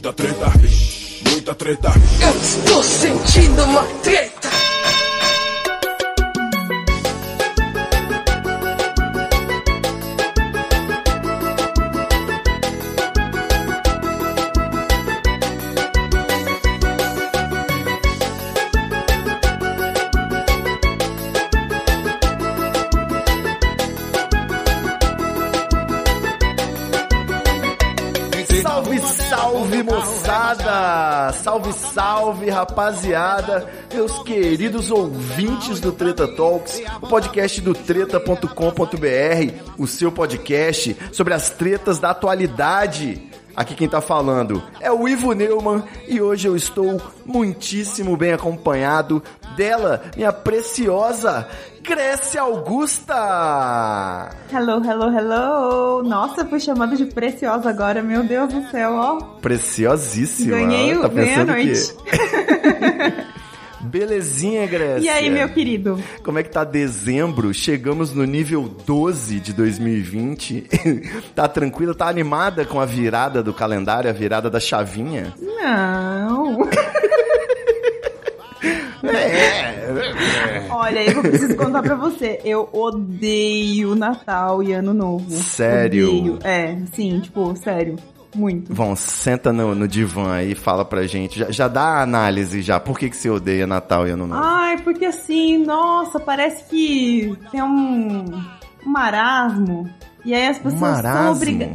muita treta, muita treta. Eu estou sentindo uma treta. Moçada, salve, salve, rapaziada, meus queridos ouvintes do Treta Talks, o podcast do treta.com.br, o seu podcast sobre as tretas da atualidade. Aqui quem tá falando é o Ivo Neumann e hoje eu estou muitíssimo bem acompanhado dela, minha preciosa Grécia Augusta! Hello, hello, hello! Nossa, fui chamada de preciosa agora, meu Deus do céu, ó! Preciosíssima! Ganhei tá a noite! Belezinha, Grécia? E aí, meu querido? Como é que tá dezembro? Chegamos no nível 12 de 2020. Tá tranquila? Tá animada com a virada do calendário, a virada da chavinha? Não... Olha, eu preciso contar pra você. Eu odeio Natal e Ano Novo. Sério? Odeio. Sim, tipo, sério. Muito. Vão, senta no divã aí e fala pra gente. Já dá a análise já. Por que você odeia Natal e Ano Novo? Ai, porque assim, nossa, parece que tem um marasmo. E aí as pessoas são obrigadas...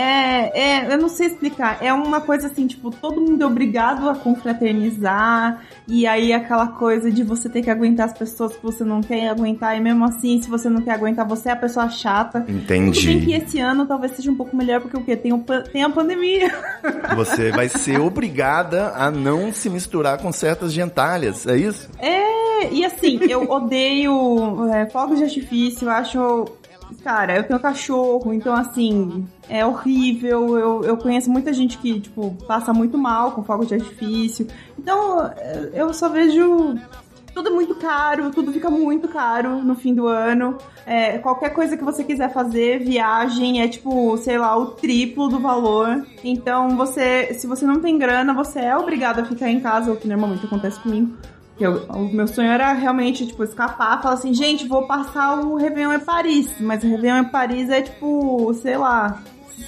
eu não sei explicar. É uma coisa assim, tipo, todo mundo é obrigado a confraternizar. E aí aquela coisa de você ter que aguentar as pessoas que você não quer aguentar. E mesmo assim, se você não quer aguentar, você é a pessoa chata. Entendi. Tudo bem que esse ano talvez seja um pouco melhor, porque o quê? Tem a pandemia. Você vai ser obrigada a não se misturar com certas gentalhas, é isso? E assim, eu odeio fogos de artifício, eu acho... Cara, eu tenho cachorro, então assim, é horrível. Eu conheço muita gente que, tipo, passa muito mal com fogos de artifício. Então, eu só vejo... Tudo muito caro, tudo fica muito caro no fim do ano. Qualquer coisa que você quiser fazer, viagem, é tipo, sei lá, o triplo do valor. Então, se você não tem grana, você é obrigado a ficar em casa, o que normalmente acontece comigo. O meu sonho era realmente, tipo, escapar, falar assim, gente, vou passar o Réveillon em Paris. Mas o Réveillon em Paris é, tipo, sei lá,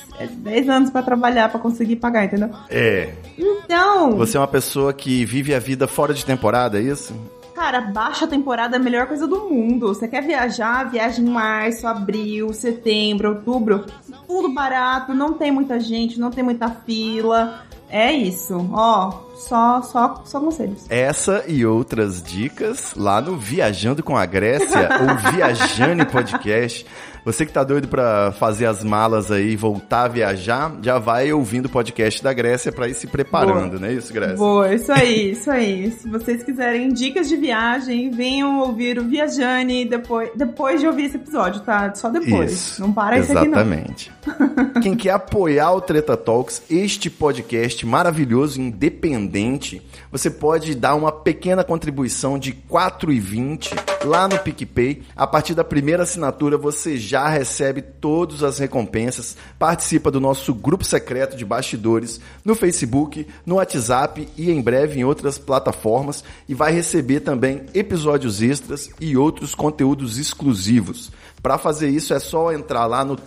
10 anos pra trabalhar, pra conseguir pagar, entendeu? Então... Você é uma pessoa que vive a vida fora de temporada, é isso? Cara, baixa temporada é a melhor coisa do mundo. Você quer viajar? Viaja em março, abril, setembro, outubro. Tudo barato, não tem muita gente, não tem muita fila. É isso, ó, só conselhos. Essa e outras dicas lá no Viajando com a Grécia, ou Viajane Podcast. Você que tá doido pra fazer as malas aí e voltar a viajar, já vai ouvindo o podcast da Grécia pra ir se preparando, não é isso, Grécia? Boa, isso aí. Se vocês quiserem dicas de viagem, venham ouvir o Viajane depois de ouvir esse episódio, tá? Só depois. Isso, não para isso aqui, não. Exatamente. Quem quer apoiar o Treta Talks, este podcast maravilhoso, independente, você pode dar uma pequena contribuição de R$ 4,20 lá no PicPay. A partir da primeira assinatura, você já recebe todas as recompensas, participa do nosso grupo secreto de bastidores no Facebook, no WhatsApp e em breve em outras plataformas, e vai receber também episódios extras e outros conteúdos exclusivos. Para fazer isso é só entrar lá no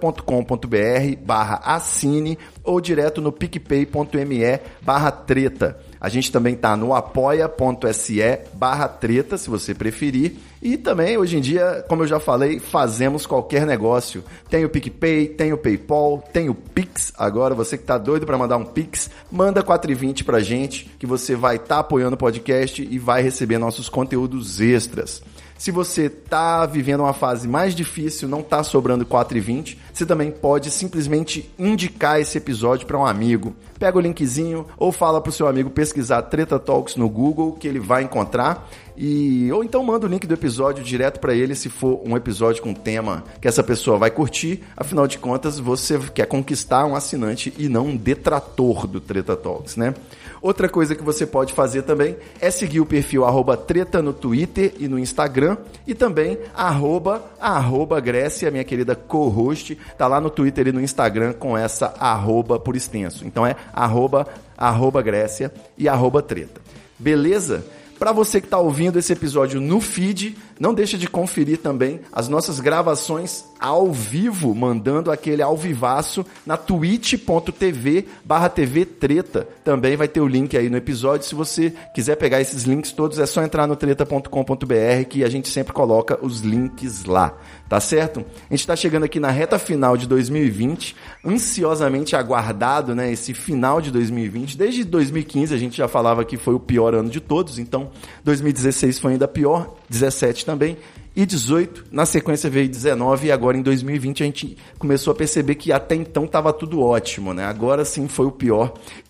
treta.com.br/assine ou direto no picpay.me/treta. A gente também tá no apoia.se/treta, se você preferir. E também, hoje em dia, como eu já falei, fazemos qualquer negócio. Tem o PicPay, tem o PayPal, tem o Pix. Agora, você que tá doido para mandar um Pix, manda R$ 4,20 pra gente, que você vai estar apoiando o podcast e vai receber nossos conteúdos extras. Se você tá vivendo uma fase mais difícil, não tá sobrando R$ 4,20, você também pode simplesmente indicar esse episódio para um amigo. Pega o linkzinho ou fala pro seu amigo pesquisar Treta Talks no Google, que ele vai encontrar. ou então manda o link do episódio direto pra ele se for um episódio com tema que essa pessoa vai curtir. Afinal de contas, você quer conquistar um assinante e não um detrator do Treta Talks, né? Outra coisa que você pode fazer também é seguir o perfil @treta no Twitter e no Instagram, e também @ Grécia, minha querida co-host, tá lá no Twitter e no Instagram com essa @ por extenso. Então é @ Grécia e @treta. Beleza? Para você que está ouvindo esse episódio no feed, não deixa de conferir também as nossas gravações ao vivo, mandando aquele ao vivaço na twitch.tv/tvtreta. Também vai ter o link aí no episódio. Se você quiser pegar esses links todos, é só entrar no treta.com.br que a gente sempre coloca os links lá. Tá certo? A gente está chegando aqui na reta final de 2020, ansiosamente aguardado, né, esse final de 2020. Desde 2015 a gente já falava que foi o pior ano de todos, então 2016 foi ainda pior, 17 também, e 18, na sequência veio 19, e agora em 2020 a gente começou a perceber que até então estava tudo ótimo, né? Agora sim foi o pior,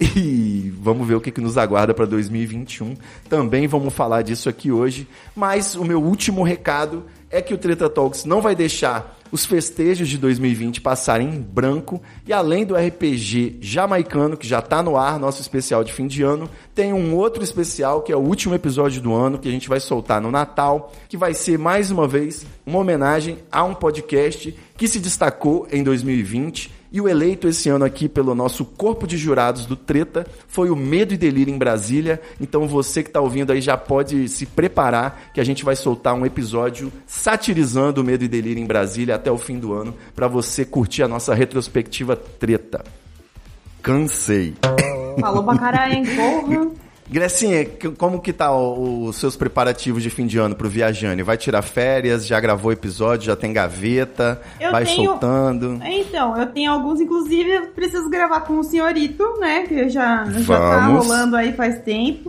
e vamos ver o que nos aguarda para 2021. Também vamos falar disso aqui hoje, mas o meu último recado é que o Treta Talks não vai deixar os festejos de 2020 passarem em branco, e além do RPG jamaicano, que já está no ar, nosso especial de fim de ano, tem um outro especial, que é o último episódio do ano, que a gente vai soltar no Natal, que vai ser, mais uma vez, uma homenagem a um podcast que se destacou em 2020, e o eleito esse ano aqui pelo nosso corpo de jurados do Treta foi o Medo e Delírio em Brasília. Então você que está ouvindo aí já pode se preparar, que a gente vai soltar um episódio satirizando o Medo e Delírio em Brasília até o fim do ano, para você curtir a nossa retrospectiva Treta. Cansei. Falou pra caralho, hein, porra. Grecinha, como que tá os seus preparativos de fim de ano pro Viajane? Vai tirar férias? Já gravou episódio? Já tem gaveta? Soltando? Então, eu tenho alguns, inclusive eu preciso gravar com o senhorito, né? Que já tá rolando aí faz tempo.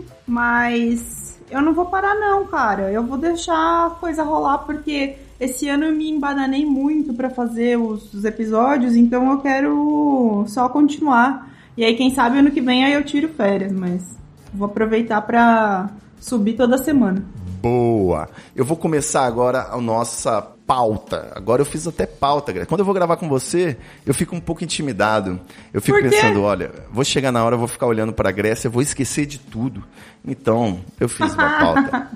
Mas eu não vou parar não, cara. Eu vou deixar a coisa rolar, porque esse ano eu me embananei muito pra fazer os episódios, então eu quero só continuar. E aí, quem sabe, ano que vem aí eu tiro férias, mas vou aproveitar pra subir toda semana. Boa! Eu vou começar agora a nossa pauta. Agora eu fiz até pauta, Grécia. Quando eu vou gravar com você, eu fico um pouco intimidado. Eu fico pensando, olha, vou chegar na hora, eu vou ficar olhando pra Grécia, eu vou esquecer de tudo. Então, eu fiz uma pauta.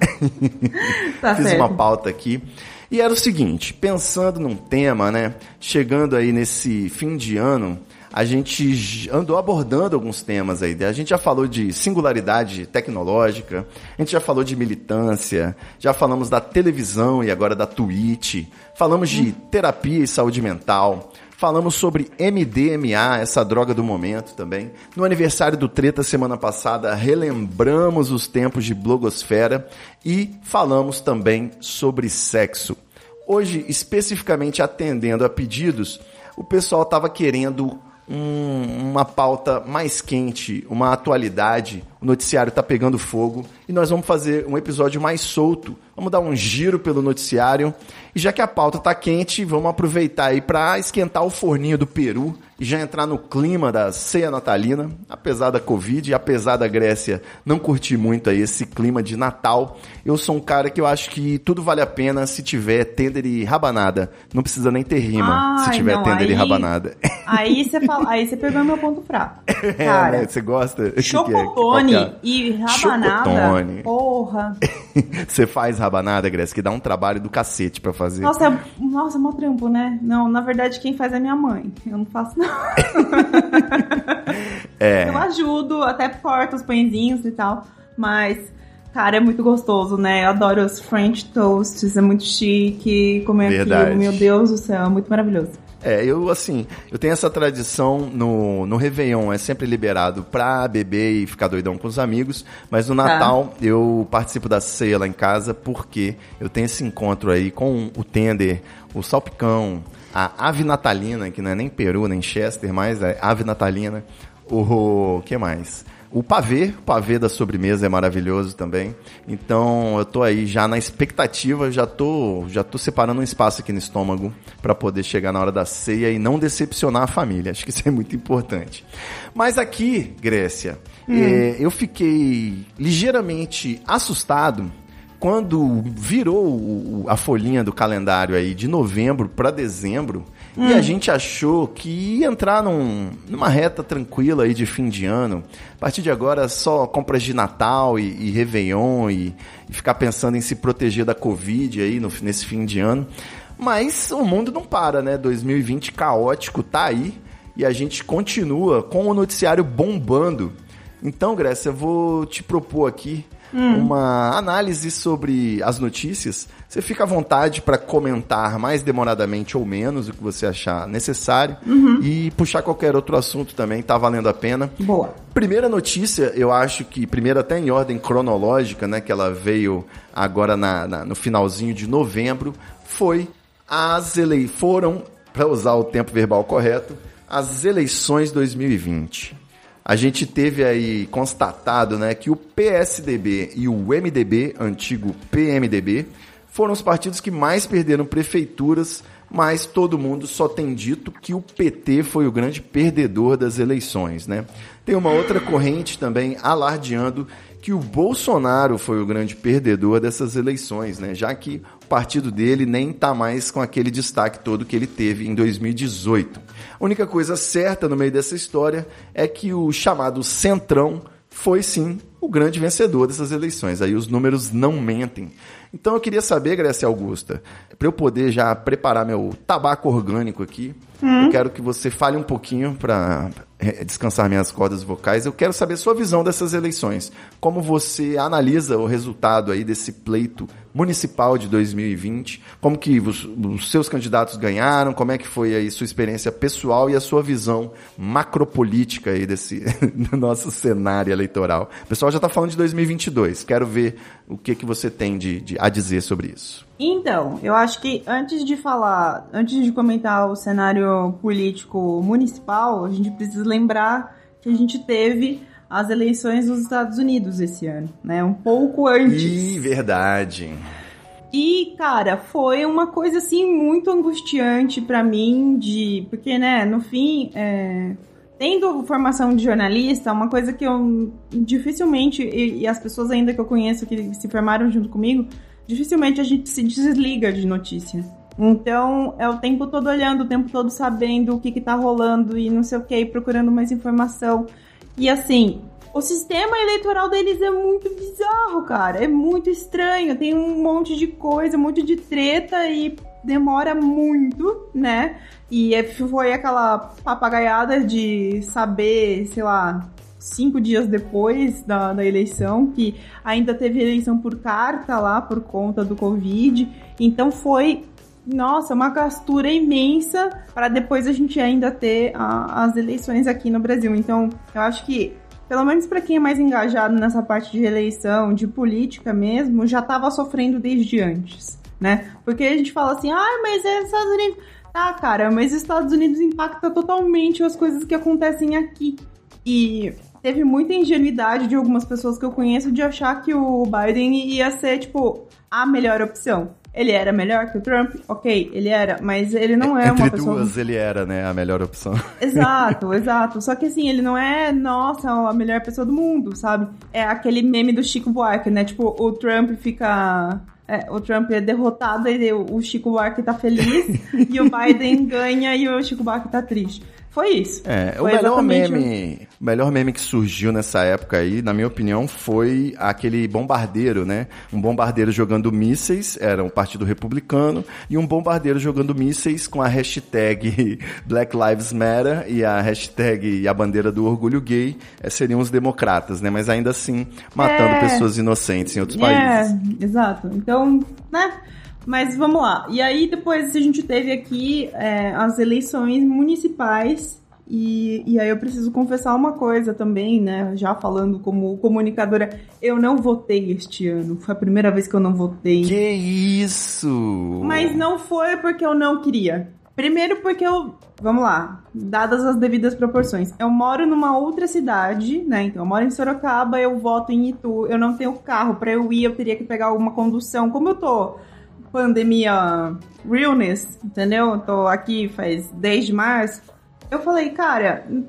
Tá fiz certo. uma pauta aqui. E era o seguinte, pensando num tema, né? Chegando aí nesse fim de ano, a gente andou abordando alguns temas aí. A gente já falou de singularidade tecnológica, a gente já falou de militância, já falamos da televisão e agora da Twitch, falamos de terapia e saúde mental, falamos sobre MDMA, essa droga do momento também. No aniversário do Treta semana passada, relembramos os tempos de blogosfera e falamos também sobre sexo. Hoje, especificamente atendendo a pedidos, o pessoal estava querendo uma pauta mais quente, uma atualidade. O noticiário está pegando fogo e nós vamos fazer um episódio mais solto. Vamos dar um giro pelo noticiário. E já que a pauta está quente, vamos aproveitar aí para esquentar o forninho do peru e já entrar no clima da ceia natalina. Apesar da Covid e apesar da Grécia não curtir muito aí esse clima de Natal, eu sou um cara que eu acho que tudo vale a pena se tiver tender e rabanada. Não precisa nem ter rima se tiver tender e rabanada. Aí você pegou meu ponto fraco. Cara, né? Você gosta? Chocotone e rabanada. Chocotone. Porra. Você faz rabanada, Grécia, que dá um trabalho do cacete pra fazer. Nossa, é mó trampo, né? Não, na verdade quem faz é minha mãe. Eu não faço não. Eu ajudo, até corto os pãezinhos e tal, mas, cara, é muito gostoso, né? Eu adoro os French toasts, é muito chique comer aquilo, meu Deus do céu, é muito maravilhoso. Eu tenho essa tradição no Réveillon, é sempre liberado pra beber e ficar doidão com os amigos, mas no Natal eu participo da ceia lá em casa porque eu tenho esse encontro aí com o tender, o salpicão, a ave natalina, que não é nem peru, nem chester, mas é ave natalina, o que mais? O pavê da sobremesa é maravilhoso também. Então, eu tô aí já na expectativa, já tô separando um espaço aqui no estômago para poder chegar na hora da ceia e não decepcionar a família. Acho que isso é muito importante. Mas aqui, Grécia, eu fiquei ligeiramente assustado quando virou a folhinha do calendário aí de novembro para dezembro, e a gente achou que ia entrar numa reta tranquila aí de fim de ano. A partir de agora, só compras de Natal e Réveillon e ficar pensando em se proteger da Covid aí nesse fim de ano. Mas o mundo não para, né? 2020 caótico tá aí e a gente continua com o noticiário bombando. Então, Grécia, eu vou te propor aqui uma análise sobre as notícias. Você fica à vontade para comentar mais demoradamente ou menos o que você achar necessário e puxar qualquer outro assunto também, tá valendo a pena. Boa. Primeira notícia, eu acho que, primeiro até em ordem cronológica, né, que ela veio agora no finalzinho de novembro, foram, para usar o tempo verbal correto, as eleições 2020. A gente teve aí constatado, né, que o PSDB e o MDB, antigo PMDB, foram os partidos que mais perderam prefeituras, mas todo mundo só tem dito que o PT foi o grande perdedor das eleições, né? Tem uma outra corrente também alardeando que o Bolsonaro foi o grande perdedor dessas eleições, né? Já que o partido dele nem está mais com aquele destaque todo que ele teve em 2018. A única coisa certa no meio dessa história é que o chamado Centrão foi sim o grande vencedor dessas eleições. Aí os números não mentem. Então eu queria saber, Grécia Augusta, para eu poder já preparar meu tabaco orgânico aqui, eu quero que você fale um pouquinho para descansar minhas cordas vocais. Eu quero saber sua visão dessas eleições. Como você analisa o resultado aí desse pleito municipal de 2020? Como que os seus candidatos ganharam? Como é que foi aí sua experiência pessoal e a sua visão macropolítica aí do nosso cenário eleitoral? O pessoal já está falando de 2022. Quero ver o que você tem a dizer sobre isso. Então, eu acho que antes de comentar o cenário político municipal, a gente precisa lembrar que a gente teve as eleições dos Estados Unidos esse ano, né? Um pouco antes. Verdade. E, cara, foi uma coisa, assim, muito angustiante pra mim, porque, né, no fim, tendo formação de jornalista, uma coisa que eu dificilmente, e as pessoas ainda que eu conheço que se formaram junto comigo, dificilmente a gente se desliga de notícia. Então, é o tempo todo olhando, o tempo todo sabendo o que tá rolando e não sei o que, procurando mais informação. E assim, o sistema eleitoral deles é muito bizarro, cara. É muito estranho. Tem um monte de coisa, um monte de treta e demora muito, né? E foi aquela papagaiada de saber, sei lá, 5 dias depois da eleição, que ainda teve eleição por carta lá, por conta do Covid. Então foi, nossa, uma gastura imensa para depois a gente ainda ter as eleições aqui no Brasil. Então, eu acho que, pelo menos para quem é mais engajado nessa parte de eleição, de política mesmo, já estava sofrendo desde antes, né? Porque a gente fala assim, mas é Estados Unidos. Tá, cara, mas Estados Unidos impacta totalmente as coisas que acontecem aqui. E teve muita ingenuidade de algumas pessoas que eu conheço de achar que o Biden ia ser, tipo, a melhor opção. Ele era melhor que o Trump? Ok, ele era, mas ele não é uma pessoa... Entre duas, ele era, né, a melhor opção. Exato. Só que assim, ele não é, nossa, a melhor pessoa do mundo, sabe? É aquele meme do Chico Buarque, né? Tipo, o Trump fica... o Trump é derrotado e o Chico Buarque tá feliz e o Biden ganha e o Chico Buarque tá triste. Foi isso. O melhor meme que surgiu nessa época aí, na minha opinião, foi aquele bombardeiro, né? Um bombardeiro jogando mísseis, era um partido republicano, e um bombardeiro jogando mísseis com a hashtag Black Lives Matter e a hashtag e a bandeira do orgulho gay seriam os democratas, né? Mas ainda assim, matando pessoas inocentes em outros países. Exato. Então, né? Mas vamos lá. E aí depois a gente teve aqui as eleições municipais e aí eu preciso confessar uma coisa também, né? Já falando como comunicadora, eu não votei este ano. Foi a primeira vez que eu não votei. Que isso! Mas não foi porque eu não queria. Primeiro porque vamos lá, dadas as devidas proporções. Eu moro numa outra cidade, né? Então eu moro em Sorocaba, eu voto em Itu. Eu não tenho carro. Pra eu ir, eu teria que pegar alguma condução. Como eu tô... pandemia realness, entendeu? Tô aqui desde março. Eu falei, cara,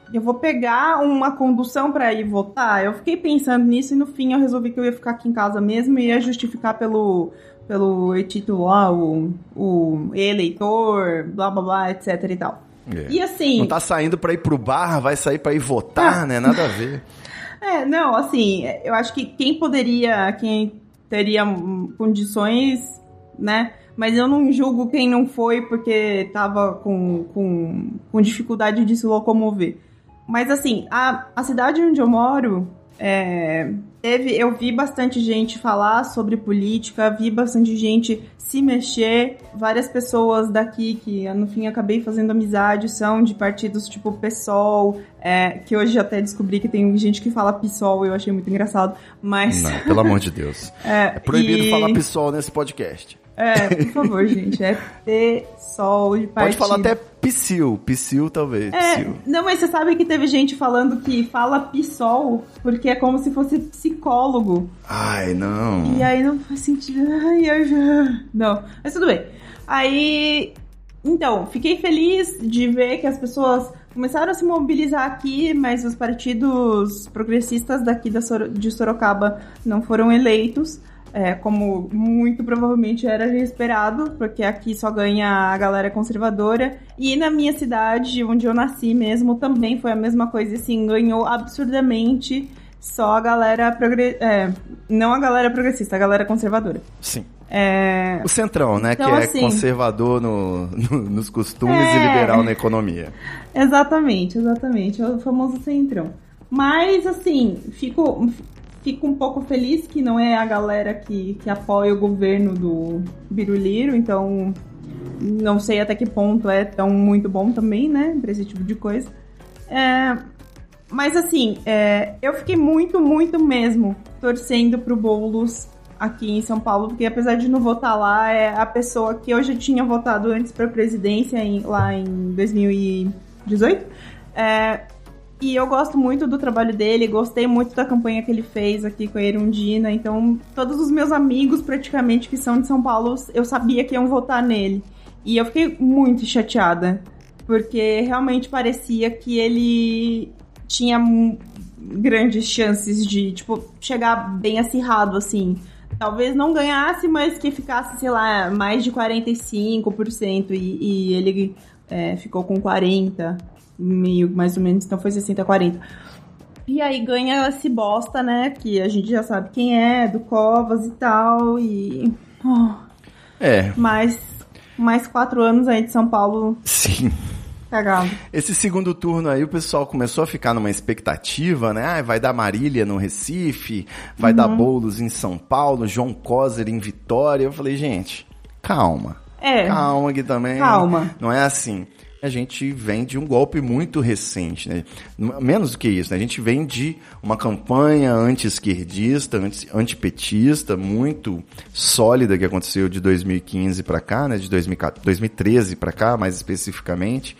eu vou pegar uma condução pra ir votar? Eu fiquei pensando nisso e no fim eu resolvi que eu ia ficar aqui em casa mesmo e ia justificar pelo título lá, o eleitor, blá blá blá, etc e tal. E assim... Não tá saindo pra ir pro bar, vai sair pra ir votar, né? Nada a ver. Não, assim, eu acho que quem teria condições, né? Mas eu não julgo quem não foi porque tava com dificuldade de se locomover. Mas assim, a cidade onde eu moro, eu vi bastante gente falar sobre política, vi bastante gente se mexer. Várias pessoas daqui que no fim acabei fazendo amizade são de partidos tipo PSOL, que hoje até descobri que tem gente que fala PSOL, eu achei muito engraçado, mas... Não, pelo amor de Deus. É proibido falar PSOL nesse podcast. Por favor, gente, é PSOL de partido. Pode falar até PSIL talvez. PSIL. Não, mas você sabe que teve gente falando que fala PSOL porque é como se fosse psicólogo. Ai, não. E aí não faz sentido. Não, mas tudo bem. Aí, então, fiquei feliz de ver que as pessoas começaram a se mobilizar aqui, mas os partidos progressistas daqui de Sorocaba não foram eleitos. Como muito provavelmente era esperado, porque aqui só ganha a galera conservadora. E na minha cidade, onde eu nasci mesmo, também foi a mesma coisa, assim, ganhou absurdamente só a galera não a galera progressista, a galera conservadora. Sim. O centrão, né? Então, que é assim, conservador nos costumes e liberal na economia. Exatamente, é o famoso centrão. Mas, assim, fico um pouco feliz que não é a galera que apoia o governo do Biruliro, então não sei até que ponto é tão muito bom também, né, pra esse tipo de coisa. Mas assim, eu fiquei muito, muito mesmo torcendo pro Boulos aqui em São Paulo, porque apesar de não votar lá, é a pessoa que eu já tinha votado antes pra presidência lá em 2018. E eu gosto muito do trabalho dele, gostei muito da campanha que ele fez aqui com a Erundina, então todos os meus amigos praticamente que são de São Paulo, eu sabia que iam votar nele. E eu fiquei muito chateada, porque realmente parecia que ele tinha grandes chances de, tipo, chegar bem acirrado, assim. Talvez não ganhasse, mas que ficasse, sei lá, mais de 45%, e ele ficou com 40%. Meio, mais ou menos, então foi 60-40. E aí ganha esse bosta, né, que a gente já sabe quem é, do Covas e tal, e... Mais 4 anos aí de São Paulo. Sim. Cagado. Esse segundo turno aí, o pessoal começou a ficar numa expectativa, né? Vai dar Marília no Recife, vai dar Boulos em São Paulo, João Coser em Vitória. Eu falei, gente, calma. Calma aqui também. Calma. Não é assim. A gente vem de um golpe muito recente, né? Menos do que isso, né? A gente vem de uma campanha anti-esquerdista, antipetista, muito sólida que aconteceu de 2015 para cá, né? De 2013 para cá, mais especificamente.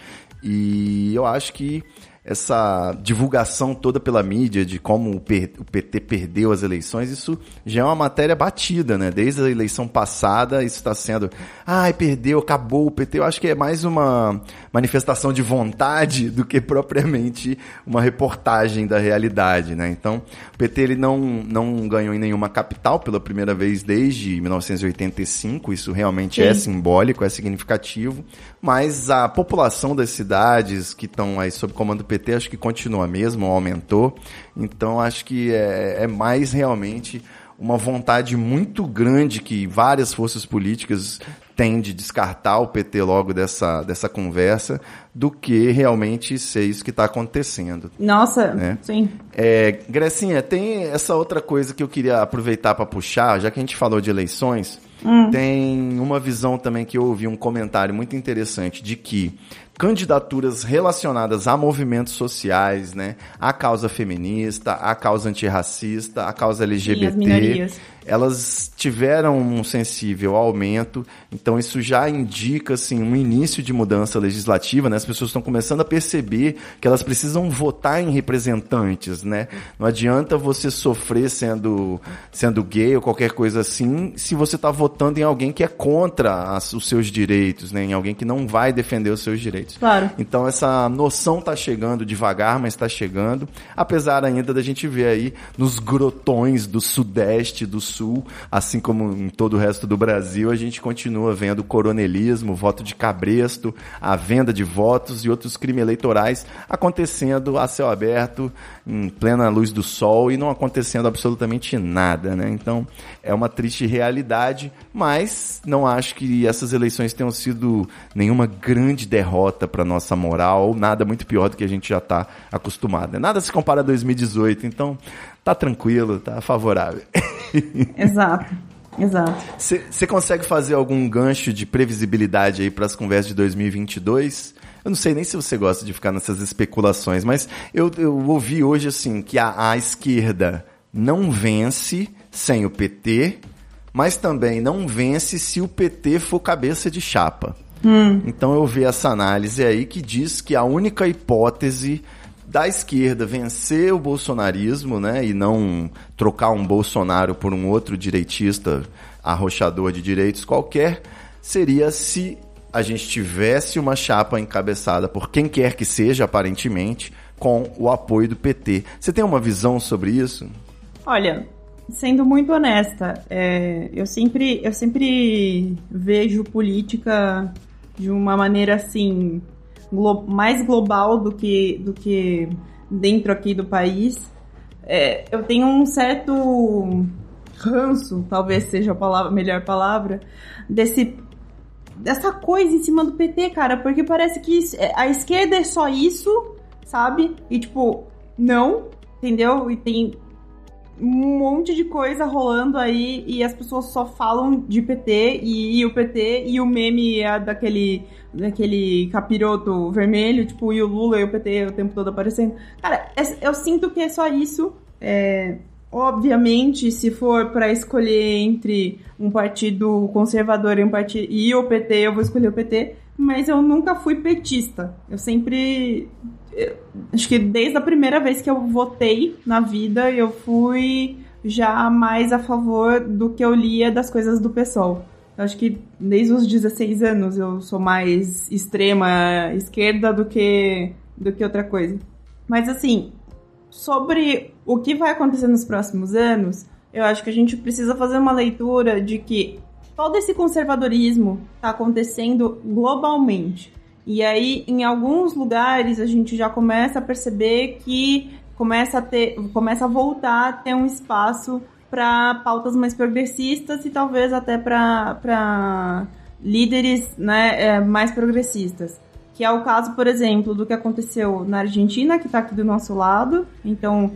E eu acho que essa divulgação toda pela mídia de como o PT perdeu as eleições, isso já é uma matéria batida, né? Desde a eleição passada, isso está sendo... perdeu, acabou o PT. Eu acho que é mais uma manifestação de vontade do que propriamente uma reportagem da realidade, né? Então, o PT ele não ganhou em nenhuma capital pela primeira vez desde 1985. Isso realmente é simbólico, é significativo. Mas a população das cidades que estão aí sob comando do PT, acho que continua mesmo, aumentou. Então, acho que é mais realmente uma vontade muito grande que várias forças políticas têm de descartar o PT logo dessa conversa, do que realmente ser isso que está acontecendo. Nossa, né? Sim. Grecinha, tem essa outra coisa que eu queria aproveitar para puxar, já que a gente falou de eleições, tem uma visão também que eu ouvi, um comentário muito interessante, de que candidaturas relacionadas a movimentos sociais, né, a causa feminista, a causa antirracista, a causa LGBT, elas tiveram um sensível aumento, então isso já indica assim, um início de mudança legislativa, né? As pessoas estão começando a perceber que elas precisam votar em representantes, né? Não adianta você sofrer sendo gay ou qualquer coisa assim, se você está votando em alguém que é contra os seus direitos, né? Em alguém que não vai defender os seus direitos. direitos. Claro. Então essa noção tá chegando devagar, mas tá chegando, apesar ainda da gente ver aí nos grotões do Sudeste, do Sul, assim como em todo o resto do Brasil, a gente continua vendo coronelismo, voto de cabresto, a venda de votos e outros crimes eleitorais acontecendo a céu aberto, em plena luz do sol e não acontecendo absolutamente nada, né? Então é uma triste realidade, mas não acho que essas eleições tenham sido nenhuma grande derrota para nossa moral, ou nada muito pior do que a gente já está acostumado. Nada se compara a 2018, então tá tranquilo, tá favorável. Exato. Você consegue fazer algum gancho de previsibilidade aí para as conversas de 2022? Eu não sei nem se você gosta de ficar nessas especulações, mas eu ouvi hoje assim que a esquerda não vence sem o PT, mas também não vence se o PT for cabeça de chapa. Então eu vi essa análise aí que diz que a única hipótese da esquerda vencer o bolsonarismo, né, e não trocar um Bolsonaro por um outro direitista arrochador de direitos qualquer, seria se a gente tivesse uma chapa encabeçada por quem quer que seja, aparentemente, com o apoio do PT. Você tem uma visão sobre isso? Olha, sendo muito honesta, eu sempre vejo política de uma maneira assim mais global do que dentro aqui do país. Eu tenho um certo ranço, talvez seja a melhor palavra, dessa coisa em cima do PT, cara, porque parece que a esquerda é só isso, sabe? E tipo, não, entendeu? E tem um monte de coisa rolando aí e as pessoas só falam de PT e o PT e o meme é daquele capiroto vermelho, tipo, e o Lula e o PT o tempo todo aparecendo. Cara, eu sinto que é só isso. Obviamente, se for pra escolher entre um partido conservador e o PT, eu vou escolher o PT, mas eu nunca fui petista. Acho que desde a primeira vez que eu votei na vida, eu fui já mais a favor do que eu lia das coisas do PSOL. Eu acho que desde os 16 anos eu sou mais extrema esquerda do que outra coisa. Mas assim, sobre o que vai acontecer nos próximos anos, eu acho que a gente precisa fazer uma leitura de que todo esse conservadorismo está acontecendo globalmente. E aí, em alguns lugares, a gente já começa a perceber que começa a voltar a ter um espaço para pautas mais progressistas e talvez até para líderes, né, mais progressistas. Que é o caso, por exemplo, do que aconteceu na Argentina, que está aqui do nosso lado. Então,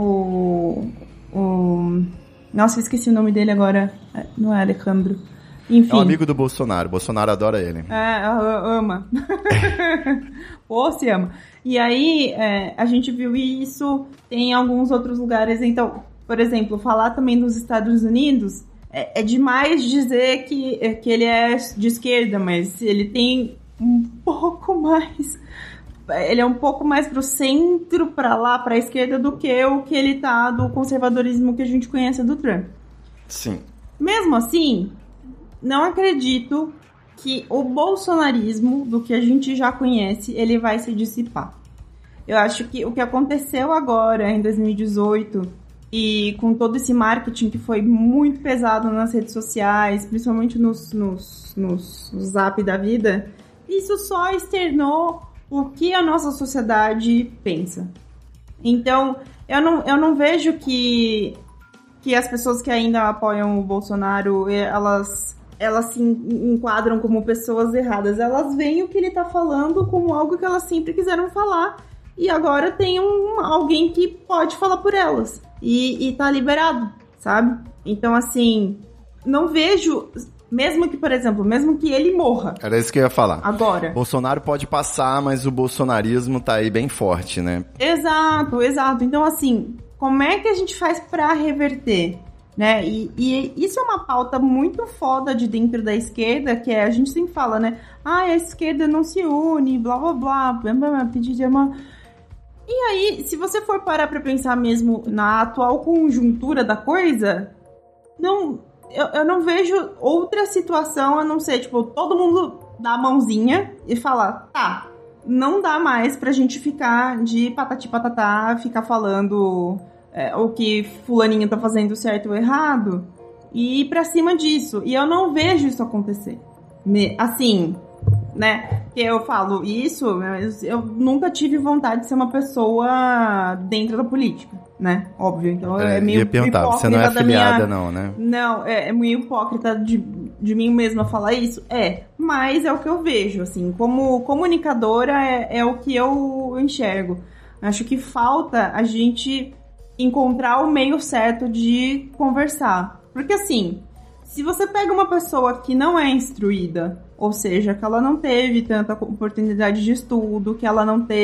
nossa, eu esqueci o nome dele agora. Não é Alejandro. Enfim. É um amigo do Bolsonaro. Bolsonaro adora ele. Ama. Pô, se ama. E aí, a gente viu isso em alguns outros lugares. Então, por exemplo, falar também dos Estados Unidos, é demais dizer que ele é de esquerda, mas ele tem um pouco mais... Ele é um pouco mais pro centro, pra lá, pra esquerda, do que o que ele tá do conservadorismo que a gente conhece do Trump. Sim. Mesmo assim, não acredito que o bolsonarismo, do que a gente já conhece, ele vai se dissipar. Eu acho que o que aconteceu agora, em 2018, e com todo esse marketing que foi muito pesado nas redes sociais, principalmente nos zap da vida, isso só externou o que a nossa sociedade pensa. Então, eu não vejo que as pessoas que ainda apoiam o Bolsonaro, elas se enquadram como pessoas erradas. Elas veem o que ele tá falando como algo que elas sempre quiseram falar. E agora tem alguém que pode falar por elas. E tá liberado, sabe? Então, assim, não vejo... Mesmo que, por exemplo, mesmo que ele morra. Era isso que eu ia falar. Agora. Bolsonaro pode passar, mas o bolsonarismo tá aí bem forte, né? Exato. Então, assim, como é que a gente faz pra reverter? Né? E isso é uma pauta muito foda de dentro da esquerda, que a gente sempre fala, né? A esquerda não se une, blá, blá, blá, pedir de amor. E aí, se você for parar pra pensar mesmo na atual conjuntura da coisa, eu não vejo outra situação a não ser, tipo, todo mundo dar a mãozinha e falar, tá, não dá mais pra gente ficar de patati patatá, ficar falando o que fulaninho tá fazendo certo ou errado, e ir pra cima disso. E eu não vejo isso acontecer. Assim, né? Porque eu falo isso, mas eu nunca tive vontade de ser uma pessoa dentro da política, né? Óbvio. Então é meio ia perguntar, você não é afiliada não, né? Não, é meio hipócrita de mim mesma falar isso. Mas é o que eu vejo, assim. Como comunicadora, é o que eu enxergo. Acho que falta a gente encontrar o meio certo de conversar. Porque, assim, se você pega uma pessoa que não é instruída, ou seja, que ela não teve tanta oportunidade de estudo, que ela não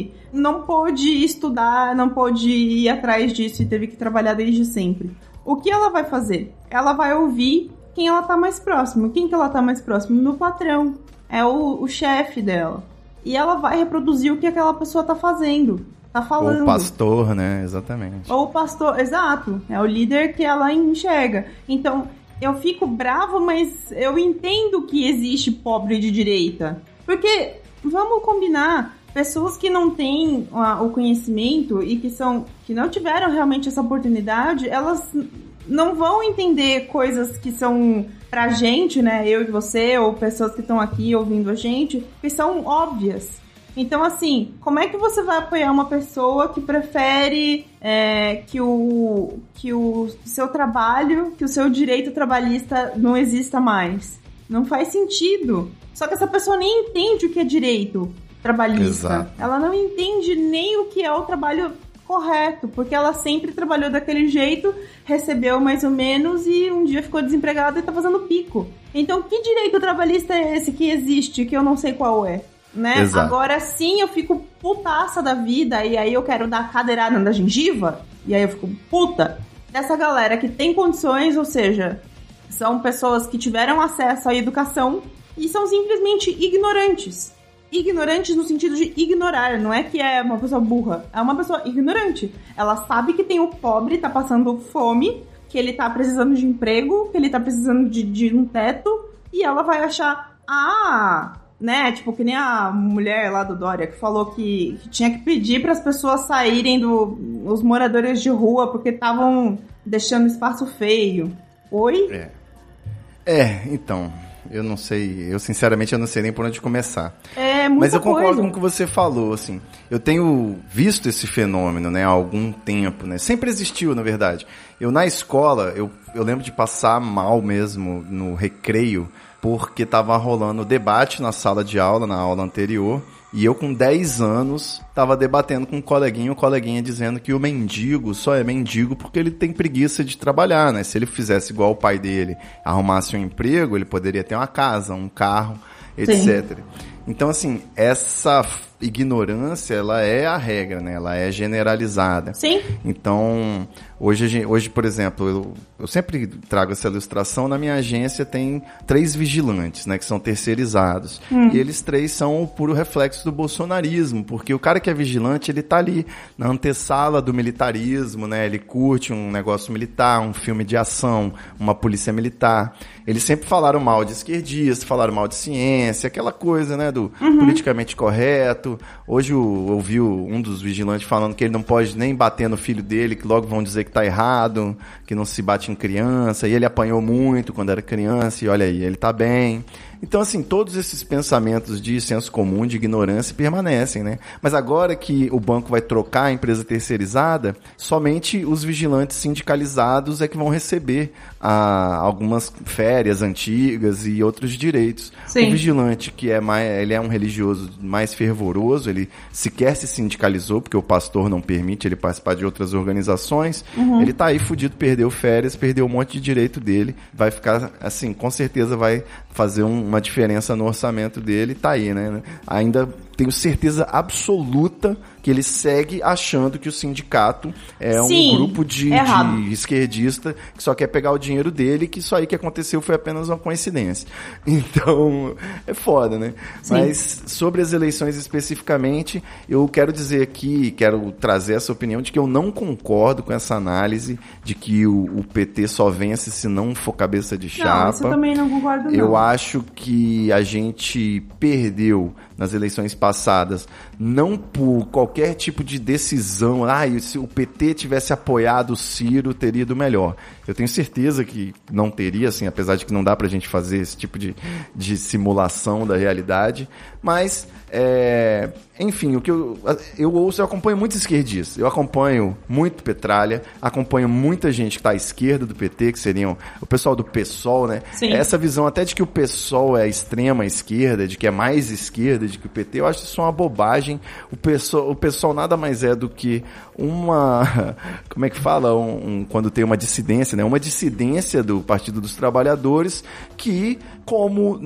pôde estudar, não pôde ir atrás disso e teve que trabalhar desde sempre. O que ela vai fazer? Ela vai ouvir quem ela tá mais próximo. Quem que ela tá mais próximo? No patrão. É o chefe dela. E ela vai reproduzir o que aquela pessoa tá fazendo, tá falando. Ou o pastor, né? Exatamente. Ou o pastor, exato. É o líder que ela enxerga. Então, eu fico bravo, mas eu entendo que existe pobre de direita. Porque, vamos combinar, pessoas que não têm o conhecimento e que não tiveram realmente essa oportunidade, elas não vão entender coisas que são pra gente, né, eu e você, ou pessoas que estão aqui ouvindo a gente, que são óbvias. Então, assim, como é que você vai apoiar uma pessoa que prefere que o seu trabalho, que o seu direito trabalhista não exista mais? Não faz sentido. Só que essa pessoa nem entende o que é direito trabalhista. Exato. Ela não entende nem o que é o trabalho correto, porque ela sempre trabalhou daquele jeito, recebeu mais ou menos e um dia ficou desempregada e tá fazendo pico. Então, que direito trabalhista é esse que existe, que eu não sei qual é? Né? Exato. Agora sim eu fico putaça da vida e aí eu quero dar cadeirada na gengiva e aí eu fico puta dessa galera que tem condições, ou seja, são pessoas que tiveram acesso à educação e são simplesmente ignorantes. Ignorantes no sentido de ignorar, não é que é uma pessoa burra, é uma pessoa ignorante. Ela sabe que tem o pobre, tá passando fome, que ele tá precisando de emprego, que ele tá precisando de um teto, e ela vai achar, né, tipo, que nem a mulher lá do Dória, que falou que tinha que pedir para as pessoas saírem os moradores de rua porque estavam deixando espaço feio. Oi? Então, eu não sei, sinceramente eu não sei nem por onde começar. Muita Mas eu concordo coisa com o que você falou, assim, eu tenho visto esse fenômeno, né, há algum tempo, né, sempre existiu, na verdade. Eu na escola, eu lembro de passar mal mesmo no recreio, porque tava rolando debate na sala de aula, na aula anterior, e eu com 10 anos tava debatendo com um coleguinha, o coleguinha dizendo que o mendigo só é mendigo porque ele tem preguiça de trabalhar, né? Se ele fizesse igual o pai dele, arrumasse um emprego, ele poderia ter uma casa, um carro, etc. Sim. Então, assim, essa ignorância, ela é a regra, né? Ela é generalizada. Sim. Então, hoje, por exemplo, eu sempre trago essa ilustração. Na minha agência tem 3 vigilantes, né? Que são terceirizados. E eles 3 são o puro reflexo do bolsonarismo, porque o cara que é vigilante, ele tá ali na antessala do militarismo, né? Ele curte um negócio militar, um filme de ação, uma polícia militar. Eles sempre falaram mal de esquerdista, falaram mal de ciência, aquela coisa, né? Do politicamente correto. Hoje eu ouvi um dos vigilantes falando que ele não pode nem bater no filho dele, que logo vão dizer que tá errado, que não se bate em criança, e ele apanhou muito quando era criança, e olha aí, ele tá bem. Então, assim, todos esses pensamentos de senso comum, de ignorância, permanecem, né? Mas agora que o banco vai trocar a empresa terceirizada, somente os vigilantes sindicalizados é que vão receber algumas férias antigas e outros direitos. Sim. O vigilante, que ele é um religioso mais fervoroso, ele sequer se sindicalizou, porque o pastor não permite ele participar de outras organizações, ele tá aí fudido, perdeu férias, perdeu um monte de direito dele, vai ficar, assim, com certeza vai fazer uma diferença no orçamento dele, tá aí, né? Ainda tenho certeza absoluta que ele segue achando que o sindicato é Sim, um grupo de esquerdista que só quer pegar o dinheiro dele, que isso aí que aconteceu foi apenas uma coincidência. Então, é foda, né? Sim. Mas sobre as eleições especificamente, eu quero dizer aqui, quero trazer essa opinião de que eu não concordo com essa análise de que o PT só vence se não for cabeça de chapa. Não, isso eu também não concordo, não. Eu acho que a gente perdeu nas eleições passadas, não por qualquer tipo de decisão, se o PT tivesse apoiado o Ciro, teria ido melhor. Eu tenho certeza que não teria, assim, apesar de que não dá pra gente fazer esse tipo de simulação da realidade, mas, enfim, o que eu ouço, eu acompanho muitos esquerdistas, eu acompanho muito Petralha, acompanho muita gente que tá à esquerda do PT, que seriam o pessoal do PSOL, né? Sim. Essa visão até de que o PSOL é extrema esquerda, de que é mais esquerda de que o PT, eu acho isso uma bobagem. O PSOL nada mais é do que uma, como é que fala, quando tem uma dissidência, né? Uma dissidência do Partido dos Trabalhadores que, como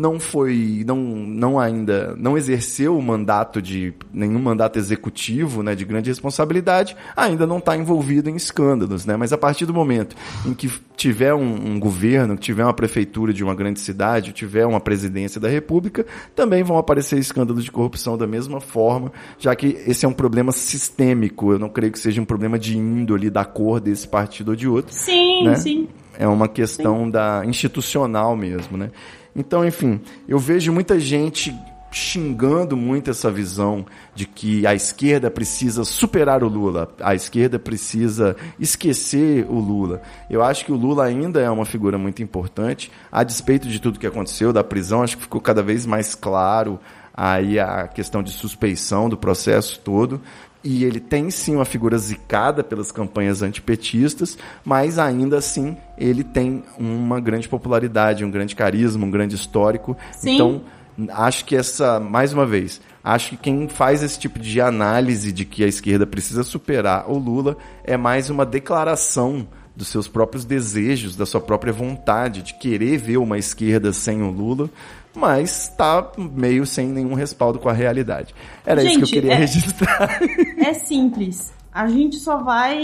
não exerceu o mandato nenhum mandato executivo, né, de grande responsabilidade, ainda não está envolvido em escândalos, né? Mas a partir do momento em que tiver um governo, tiver uma prefeitura de uma grande cidade, tiver uma presidência da República, também vão aparecer escândalos de corrupção da mesma forma, já que esse é um problema sistêmico. Eu não creio que seja um problema de índole, da cor desse partido ou de outro. Sim, né? sim. É uma questão institucional mesmo, né? Então, enfim, eu vejo muita gente xingando muito essa visão de que a esquerda precisa superar o Lula, a esquerda precisa esquecer o Lula. Eu acho que o Lula ainda é uma figura muito importante, a despeito de tudo que aconteceu, da prisão, acho que ficou cada vez mais claro aí a questão de suspeição do processo todo. E ele tem sim uma figura zicada pelas campanhas antipetistas, mas ainda assim ele tem uma grande popularidade, um grande carisma, um grande histórico. Sim. Então, acho que mais uma vez, acho que quem faz esse tipo de análise de que a esquerda precisa superar o Lula é mais uma declaração dos seus próprios desejos, da sua própria vontade de querer ver uma esquerda sem o Lula, mas está meio sem nenhum respaldo com a realidade. Era isso que eu queria registrar. É simples. A gente só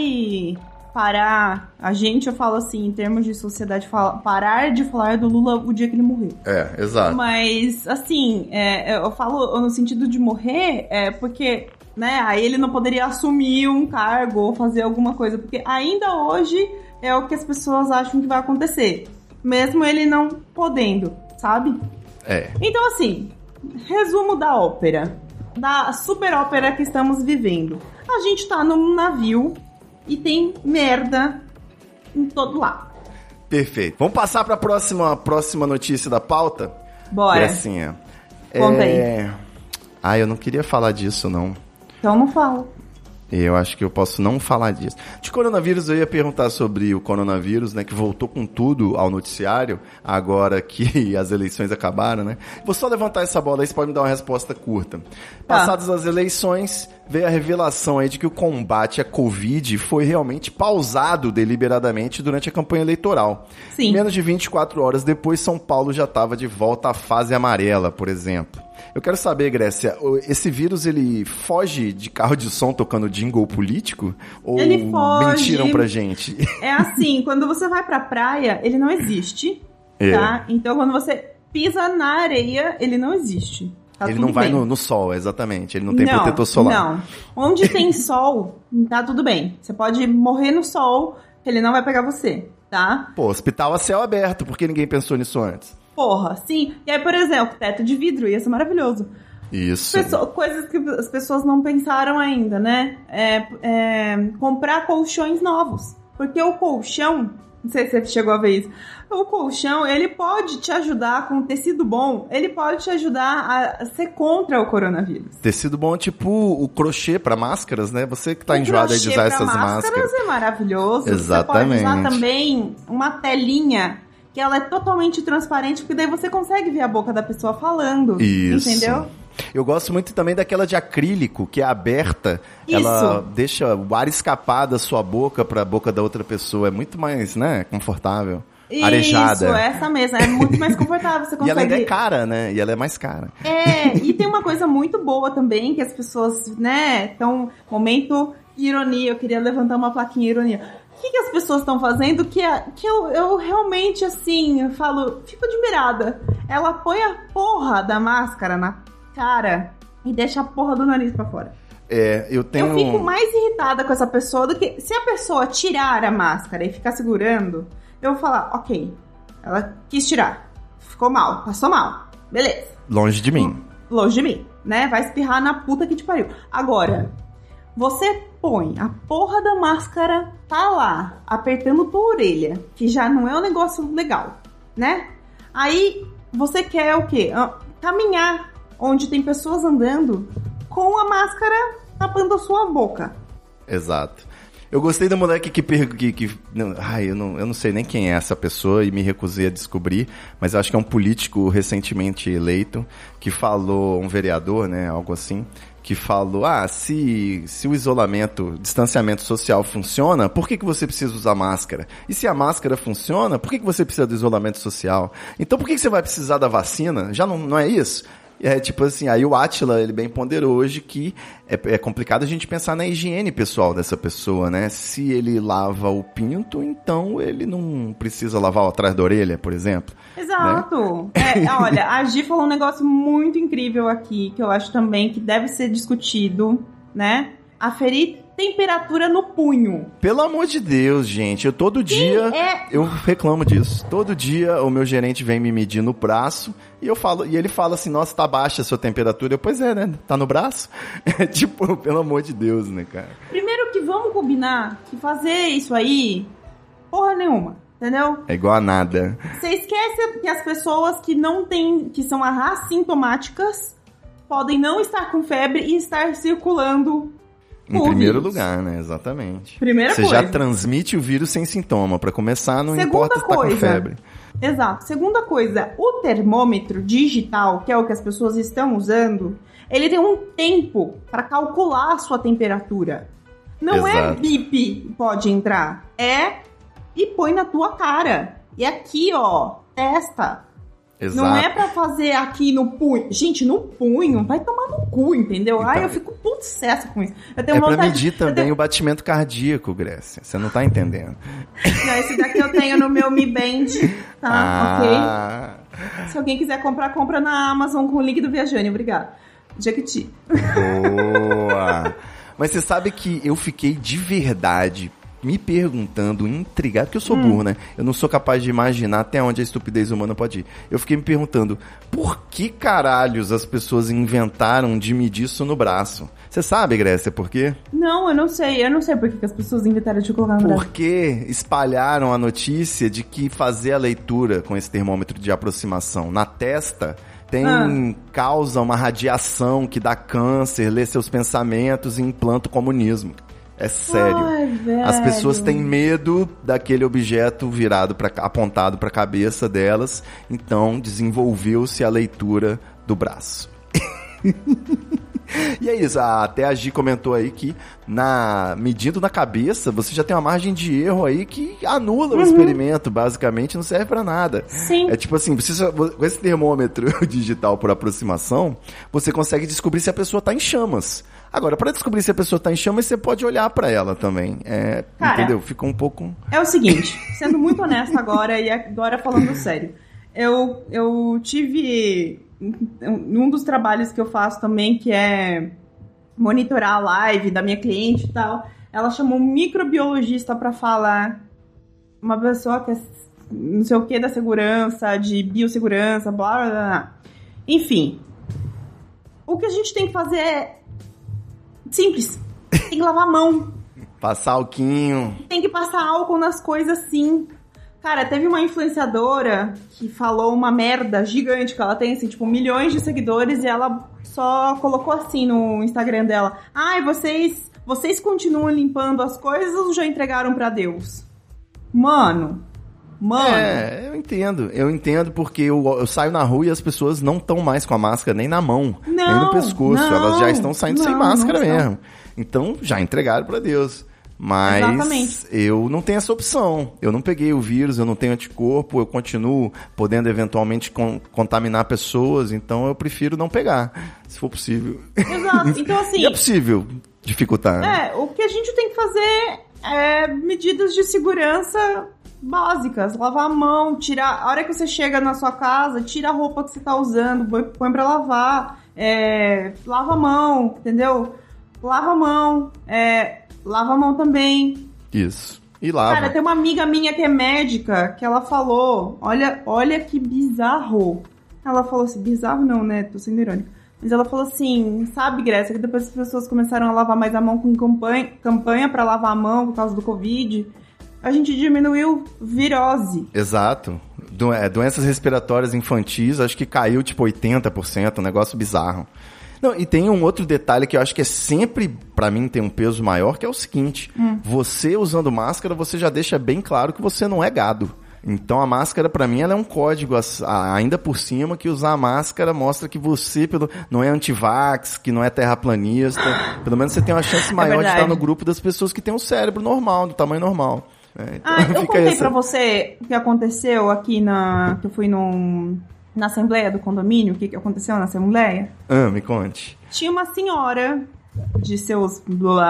vai parar... eu falo assim, em termos de sociedade, parar de falar do Lula o dia que ele morrer. Exato. Mas, assim, eu falo no sentido de morrer, porque... né, aí ele não poderia assumir um cargo ou fazer alguma coisa, porque ainda hoje é o que as pessoas acham que vai acontecer, mesmo ele não podendo, sabe? Então, assim, resumo da ópera, da super ópera que estamos vivendo. A gente tá num navio e tem merda em todo lado. Perfeito. Vamos passar para a próxima notícia da pauta? Bora. Gracinha. Conta aí. Eu não queria falar disso, não. Então não fala. Eu acho que eu posso não falar disso. De coronavírus, eu ia perguntar sobre o coronavírus, né, que voltou com tudo ao noticiário, agora que as eleições acabaram, né? Vou só levantar essa bola aí, você pode me dar uma resposta curta. Passadas as eleições, veio a revelação aí de que o combate à Covid foi realmente pausado deliberadamente durante a campanha eleitoral. Sim. Menos de 24 horas depois, São Paulo já estava de volta à fase amarela, por exemplo. Eu quero saber, Grécia, esse vírus, ele foge de carro de som tocando jingle político? Ou ele foge. Mentiram pra gente? É assim, quando você vai pra praia, ele não existe, tá? Então, quando você pisa na areia, ele não existe. Tá, ele não vai no sol, exatamente. Ele não tem protetor solar. Não. Onde tem sol, tá tudo bem. Você pode morrer no sol, ele não vai pegar você, tá? Pô, hospital a céu aberto, por que ninguém pensou nisso antes? Porra, sim. E aí, por exemplo, teto de vidro, ia ser maravilhoso. Isso. Coisas que as pessoas não pensaram ainda, né? Comprar colchões novos. Porque o colchão, não sei se você chegou a ver isso, o colchão, ele pode te ajudar com tecido bom, ele pode te ajudar a ser contra o coronavírus. Tecido bom, tipo o crochê para máscaras, né? Você que tá enjoado aí de usar essas máscaras. É maravilhoso. Exatamente. Você pode usar também uma telinha que ela é totalmente transparente, porque daí você consegue ver a boca da pessoa falando. Isso. Entendeu? Eu gosto muito também daquela de acrílico, que é aberta. Isso. Ela deixa o ar escapar da sua boca para a boca da outra pessoa. É muito mais, né, confortável. arejada. Isso, essa mesmo. É muito mais confortável, você consegue... E ela ainda é cara, né? E ela é mais cara. E tem uma coisa muito boa também, que as pessoas, né, estão... Momento ironia, eu queria levantar uma plaquinha ironia. O que as pessoas estão fazendo que eu realmente, assim, eu falo, fico admirada. Ela põe a porra da máscara na cara e deixa a porra do nariz pra fora. Eu fico mais irritada com essa pessoa do que... Se a pessoa tirar a máscara e ficar segurando, eu vou falar, ok, ela quis tirar, ficou mal, passou mal, beleza. Longe de mim. Longe de mim, né? Vai espirrar na puta que te pariu. Agora, você põe a porra da máscara, tá lá, apertando tua orelha, que já não é um negócio legal, né? Aí, você quer o quê? Caminhar onde tem pessoas andando com a máscara tapando a sua boca. Exato. Eu gostei da moleque eu não sei nem quem é essa pessoa e me recusei a descobrir, mas eu acho que é um político recentemente eleito que falou, um vereador, né, algo assim, que falou, se o distanciamento social funciona, por que você precisa usar máscara? E se a máscara funciona, por que você precisa do isolamento social? Então por que você vai precisar da vacina? Já não é isso? Tipo assim, aí o Átila, ele bem ponderou hoje que é complicado a gente pensar na higiene pessoal dessa pessoa, né? Se ele lava o pinto, então ele não precisa lavar atrás da orelha, por exemplo. Exato. Né? Olha, a Gi falou um negócio muito incrível aqui, que eu acho também que deve ser discutido, né? Aferir temperatura no punho. Pelo amor de Deus, gente. Todo dia eu reclamo disso. Todo dia o meu gerente vem me medir no braço e ele fala assim, nossa, tá baixa a sua temperatura. Pois é, né? Tá no braço? Tipo, pelo amor de Deus, né, cara? Primeiro que vamos combinar que fazer isso aí, porra nenhuma. Entendeu? É igual a nada. Você esquece que as pessoas que são assintomáticas podem não estar com febre e estar circulando. Em primeiro lugar, né? Exatamente. Primeira coisa. Você já transmite o vírus sem sintoma. Pra começar, não importa se tá com febre. Exato. Segunda coisa, o termômetro digital, que é o que as pessoas estão usando, ele tem um tempo pra calcular a sua temperatura. Não é bip pode entrar. E põe na tua cara. E aqui, ó, testa. Exato. Não é pra fazer aqui no punho. Gente, no punho, vai tomar no cu, entendeu? Então, eu fico possessa com isso. Eu tenho pra medir também o batimento cardíaco, Grécia. Você não tá entendendo. Não, esse daqui eu tenho no meu Mi Band, tá? Ok? Se alguém quiser comprar, compra na Amazon com o link do Viajane. Obrigada. Jequiti. Boa! Mas você sabe que eu fiquei de verdade me perguntando, intrigado, porque eu sou burro, né? Eu não sou capaz de imaginar até onde a estupidez humana pode ir. Eu fiquei me perguntando, por que caralhos as pessoas inventaram de medir isso no braço? Você sabe, Grécia, por quê? Não, eu não sei. Eu não sei por que as pessoas inventaram de colocar no braço. Porque espalharam a notícia de que fazer a leitura com esse termômetro de aproximação na testa causa uma radiação que dá câncer, lê seus pensamentos e implanta o comunismo. É sério. Ai, as pessoas têm medo daquele objeto apontado para a cabeça delas, então desenvolveu-se a leitura do braço. E é isso, até a Gi comentou aí que medindo na cabeça, você já tem uma margem de erro aí que anula o experimento, basicamente, não serve pra nada. Sim. É tipo assim, com esse termômetro digital por aproximação, você consegue descobrir se a pessoa tá em chamas. Agora, para descobrir se a pessoa tá em chamas, você pode olhar pra ela também. Cara, entendeu? Fica um pouco... É o seguinte, sendo muito honesta agora, e agora falando sério, eu tive... Um dos trabalhos que eu faço também, que é monitorar a live da minha cliente e tal, ela chamou um microbiologista pra falar, uma pessoa que é não sei o que da segurança, de biossegurança, blá, blá, blá. Enfim, o que a gente tem que fazer é simples, tem que lavar a mão. Passar alquinho. Tem que passar álcool nas coisas, sim. Cara, teve uma influenciadora que falou uma merda gigante, que ela tem, assim, tipo, milhões de seguidores, e ela só colocou assim no Instagram dela: ai, vocês continuam limpando as coisas ou já entregaram pra Deus? Mano. Eu entendo porque eu saio na rua e as pessoas não estão mais com a máscara nem na mão, nem no pescoço, elas já estão saindo sem máscara mesmo. Então, já entregaram pra Deus. Mas Exatamente. eu não tenho essa opção. Eu não peguei o vírus, eu não tenho anticorpo, eu continuo podendo eventualmente contaminar pessoas, então eu prefiro não pegar, se for possível. Exato. Então, assim... E é possível dificultar. Né? O que a gente tem que fazer é medidas de segurança básicas. Lavar a mão, tirar... A hora que você chega na sua casa, tira a roupa que você tá usando, põe pra lavar, lava a mão, entendeu? Lava a mão, lava a mão também. Isso. E lava. Cara, tem uma amiga minha que é médica, que ela falou, olha que bizarro. Ela falou assim, bizarro não, né? Tô sendo irônica. Mas ela falou assim, sabe, Grécia, que depois as pessoas começaram a lavar mais a mão com campanha pra lavar a mão por causa do Covid, a gente diminuiu virose. Exato. Doenças respiratórias infantis, acho que caiu tipo 80%, um negócio bizarro. Não, e tem um outro detalhe que eu acho que é sempre, pra mim, tem um peso maior, que é o seguinte. Você usando máscara, você já deixa bem claro que você não é gado. Então a máscara, pra mim, ela é um código, ainda por cima, que usar a máscara mostra que você não é antivax, que não é terraplanista. Pelo menos você tem uma chance maior de estar no grupo das pessoas que tem um cérebro normal, do tamanho normal. Então, eu contei pra você o que aconteceu aqui que eu fui na assembleia do condomínio, o que aconteceu na assembleia? Me conte. Tinha uma senhora de seus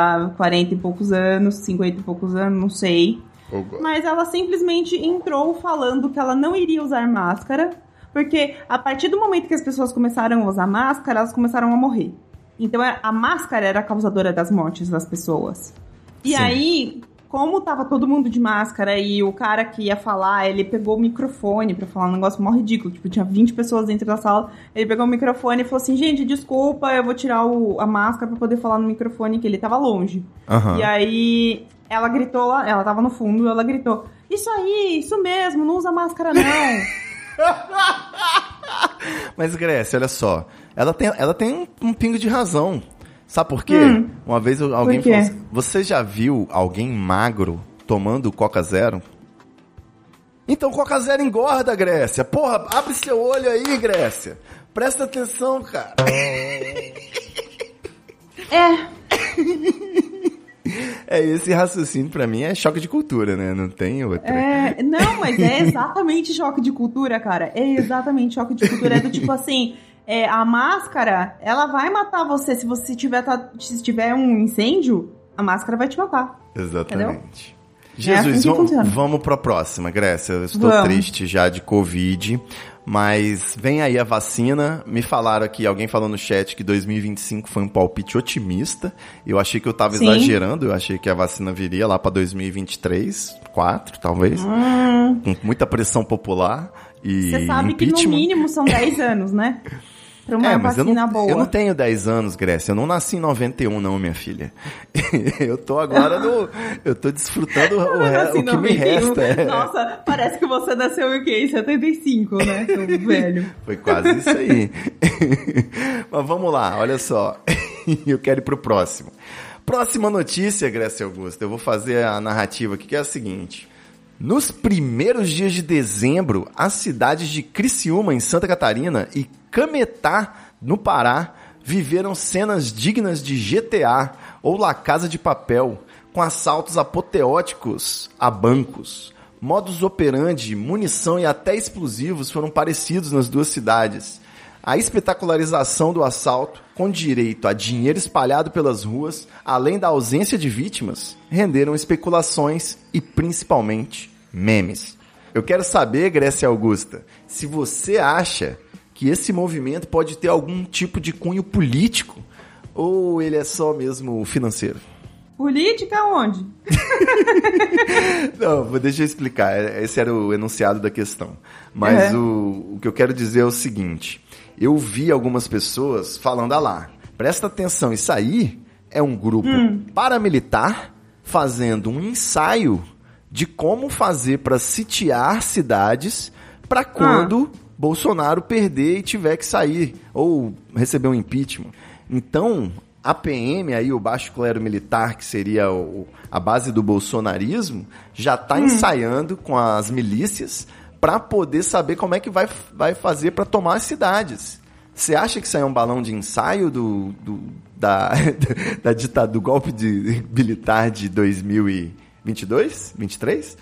40 e poucos anos, 50 e poucos anos, não sei. Mas ela simplesmente entrou falando que ela não iria usar máscara, porque a partir do momento que as pessoas começaram a usar máscara, elas começaram a morrer. Então a máscara era a causadora das mortes das pessoas. E aí... Como tava todo mundo de máscara e o cara que ia falar, ele pegou o microfone pra falar um negócio mó ridículo. Tipo, tinha 20 pessoas dentro da sala. Ele pegou o microfone e falou assim, gente, desculpa, eu vou tirar a máscara pra poder falar no microfone, que ele tava longe. E aí, ela gritou lá, ela tava no fundo, ela gritou, isso aí, isso mesmo, não usa máscara não. Mas, Grécia, olha só, ela tem um pingo de razão. Sabe por quê? Uma vez alguém falou assim, você já viu alguém magro tomando Coca Zero? Então Coca Zero engorda, Grécia. Porra, abre seu olho aí, Grécia. Presta atenção, cara. Esse raciocínio pra mim é choque de cultura, né? Não tem outra. Não, mas é exatamente choque de cultura, cara. É exatamente choque de cultura. É do tipo assim... a máscara, ela vai matar você. Se você tiver um incêndio, a máscara vai te matar. Exatamente. Entendeu? Jesus, vamos pra próxima, Grécia. Eu estou triste já de Covid, mas vem aí a vacina. Me falaram aqui, alguém falou no chat que 2025 foi um palpite otimista. Eu achei que eu tava exagerando, eu achei que a vacina viria lá pra 2023, 2024, talvez. Com muita pressão popular e você sabe impeachment. Que no mínimo são 10 anos, né? Pra uma vacina boa. Eu não tenho 10 anos, Grécia. Eu não nasci em 91, não, minha filha. Eu tô agora eu tô desfrutando o que me resta. Nossa, parece que você nasceu em 75, né? Seu velho. Foi quase isso aí. Mas vamos lá, olha só. Eu quero ir pro próximo. Próxima notícia, Grécia Augusta. Eu vou fazer a narrativa aqui, que é a seguinte. Nos primeiros dias de dezembro, as cidades de Criciúma, em Santa Catarina, e Cametá, no Pará, viveram cenas dignas de GTA ou La Casa de Papel, com assaltos apoteóticos a bancos. Modus operandi, munição e até explosivos foram parecidos nas duas cidades. A espetacularização do assalto, com direito a dinheiro espalhado pelas ruas, além da ausência de vítimas, renderam especulações e, principalmente, memes. Eu quero saber, Grécia Augusta, se você acha que esse movimento pode ter algum tipo de cunho político ou ele é só mesmo financeiro? Política onde? Não, deixa eu explicar. Esse era o enunciado da questão. Mas o que eu quero dizer é o seguinte. Eu vi algumas pessoas falando, lá, presta atenção, isso aí é um grupo paramilitar fazendo um ensaio de como fazer para sitiar cidades para quando Bolsonaro perder e tiver que sair ou receber um impeachment. Então, a PM, aí, o baixo clero militar, que seria a base do bolsonarismo, já está ensaiando com as milícias para poder saber como é que vai fazer para tomar as cidades. Você acha que isso aí é um balão de ensaio do ditadura, do golpe militar de 2022? 23?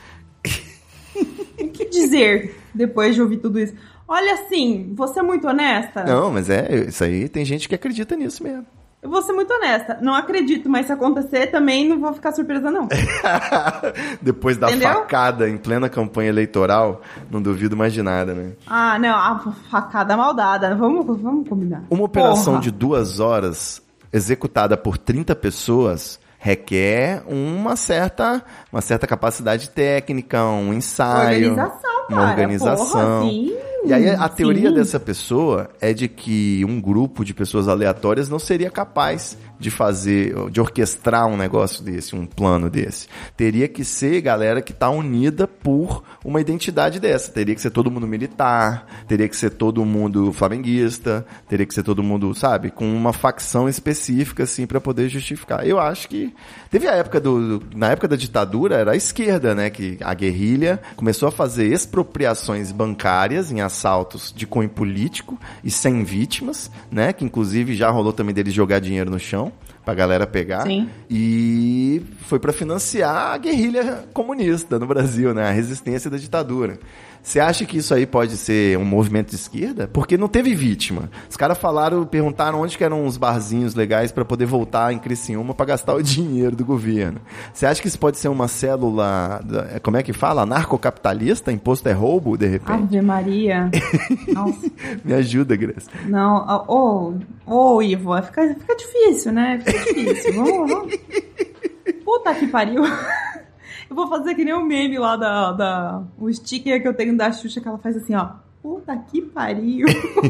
O que dizer depois de ouvir tudo isso? Olha, assim, vou ser muito honesta. Não, mas isso aí tem gente que acredita nisso mesmo. Eu vou ser muito honesta. Não acredito, mas se acontecer também não vou ficar surpresa, não. Depois da facada em plena campanha eleitoral, não duvido mais de nada, né? Ah, não, a facada maldada. Vamos combinar. Uma operação de 2 horas, executada por 30 pessoas, requer uma certa capacidade técnica, um ensaio, uma organização. Porra, sim. E aí a teoria dessa pessoa é de que um grupo de pessoas aleatórias não seria capaz de orquestrar um negócio desse, um plano desse. Teria que ser galera que tá unida por uma identidade dessa. Teria que ser todo mundo militar, teria que ser todo mundo flamenguista, teria que ser todo mundo, sabe, com uma facção específica, assim, pra poder justificar. Eu acho que teve a época na época da ditadura, era a esquerda, né, que a guerrilha começou a fazer expropriações bancárias em assaltos de cunho político e sem vítimas, né, que inclusive já rolou também deles jogar dinheiro no chão pra galera pegar. Sim. E foi pra financiar a guerrilha comunista no Brasil, né? A resistência da ditadura. Você acha que isso aí pode ser um movimento de esquerda? Porque não teve vítima. Os caras perguntaram onde que eram os barzinhos legais pra poder voltar em Criciúma pra gastar o dinheiro do governo. Você acha que isso pode ser uma célula, como é que fala? Anarcocapitalista? Imposto é roubo, de repente? Ave Maria. Nossa. Me ajuda, Graça. Não, Ivo, fica difícil, né? Fica difícil. Vamos. Puta que pariu. Eu vou fazer que nem o meme lá o sticker que eu tenho da Xuxa, que ela faz assim, ó. Puta que pariu.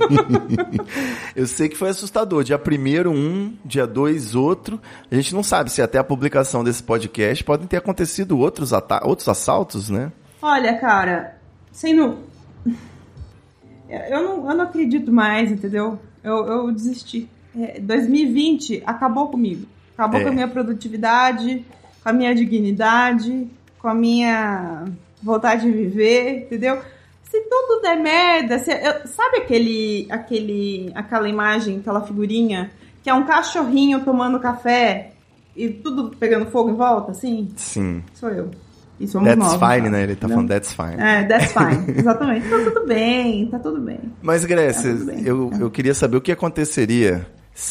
Eu sei que foi assustador. Dia 1º um, dia 2 outro. A gente não sabe se até a publicação desse podcast podem ter acontecido outros assaltos, né? Olha, cara, eu não acredito mais, entendeu? Eu desisti. 2020 acabou comigo. Acabou com a minha produtividade, com a minha dignidade, com a minha vontade de viver, entendeu? Se tudo der merda, sabe aquela imagem, aquela figurinha, que é um cachorrinho tomando café e tudo pegando fogo em volta, assim? Sim. Sou eu. E somos That's nós, fine, tá? né? Ele tá falando that's fine. That's fine, exatamente. Tá tudo bem. Mas, Grécia, eu queria saber o que aconteceria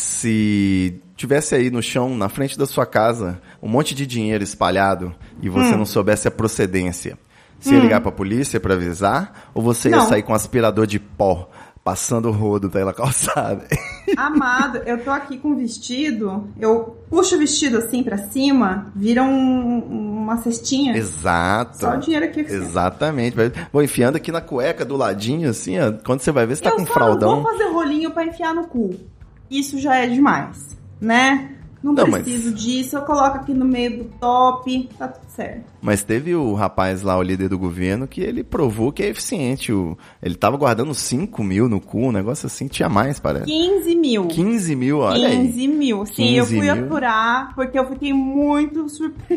se tivesse aí no chão, na frente da sua casa, um monte de dinheiro espalhado e você não soubesse a procedência. Você ia ligar pra polícia pra avisar? Ou você ia sair com um aspirador de pó, passando o rodo pela calçada? Amado, eu tô aqui com o vestido, eu puxo o vestido assim pra cima, vira uma cestinha. Exato. Só o dinheiro aqui. Exatamente. Vou enfiando aqui na cueca do ladinho, assim, ó. Quando você vai ver, você tá com um fraldão. Eu vou fazer rolinho pra enfiar no cu. Isso já é demais, né? Não preciso disso, eu coloco aqui no meio do top, tá tudo certo. Mas teve o rapaz lá, o líder do governo, que ele provou que é eficiente. Ele tava guardando 5 mil no cu, um negócio assim, tinha mais, parece. 15 mil. 15 mil, olha aí. 15 mil, sim, eu fui apurar, porque eu fiquei muito surpresa.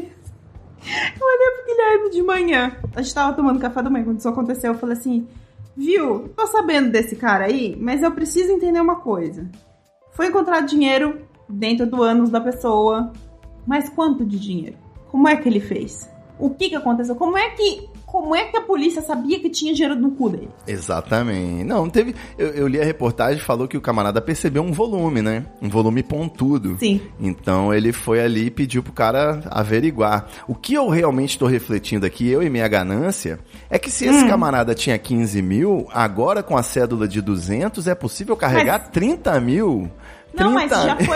Eu olhei pro Guilherme de manhã, a gente tava tomando café da manhã, quando isso aconteceu, eu falei assim, viu, tô sabendo desse cara aí, mas eu preciso entender uma coisa. Foi encontrado dinheiro dentro do ânus da pessoa, mas quanto de dinheiro? Como é que ele fez? O que aconteceu? Como é que a polícia sabia que tinha dinheiro no cu dele? Exatamente. Não, teve... Eu li a reportagem, falou que o camarada percebeu um volume, né? Um volume pontudo. Sim. Então ele foi ali e pediu pro cara averiguar. O que eu realmente estou refletindo aqui, eu e minha ganância, é que se esse camarada tinha 15 mil, agora com a cédula de 200, é possível carregar 30 mil... Não, mas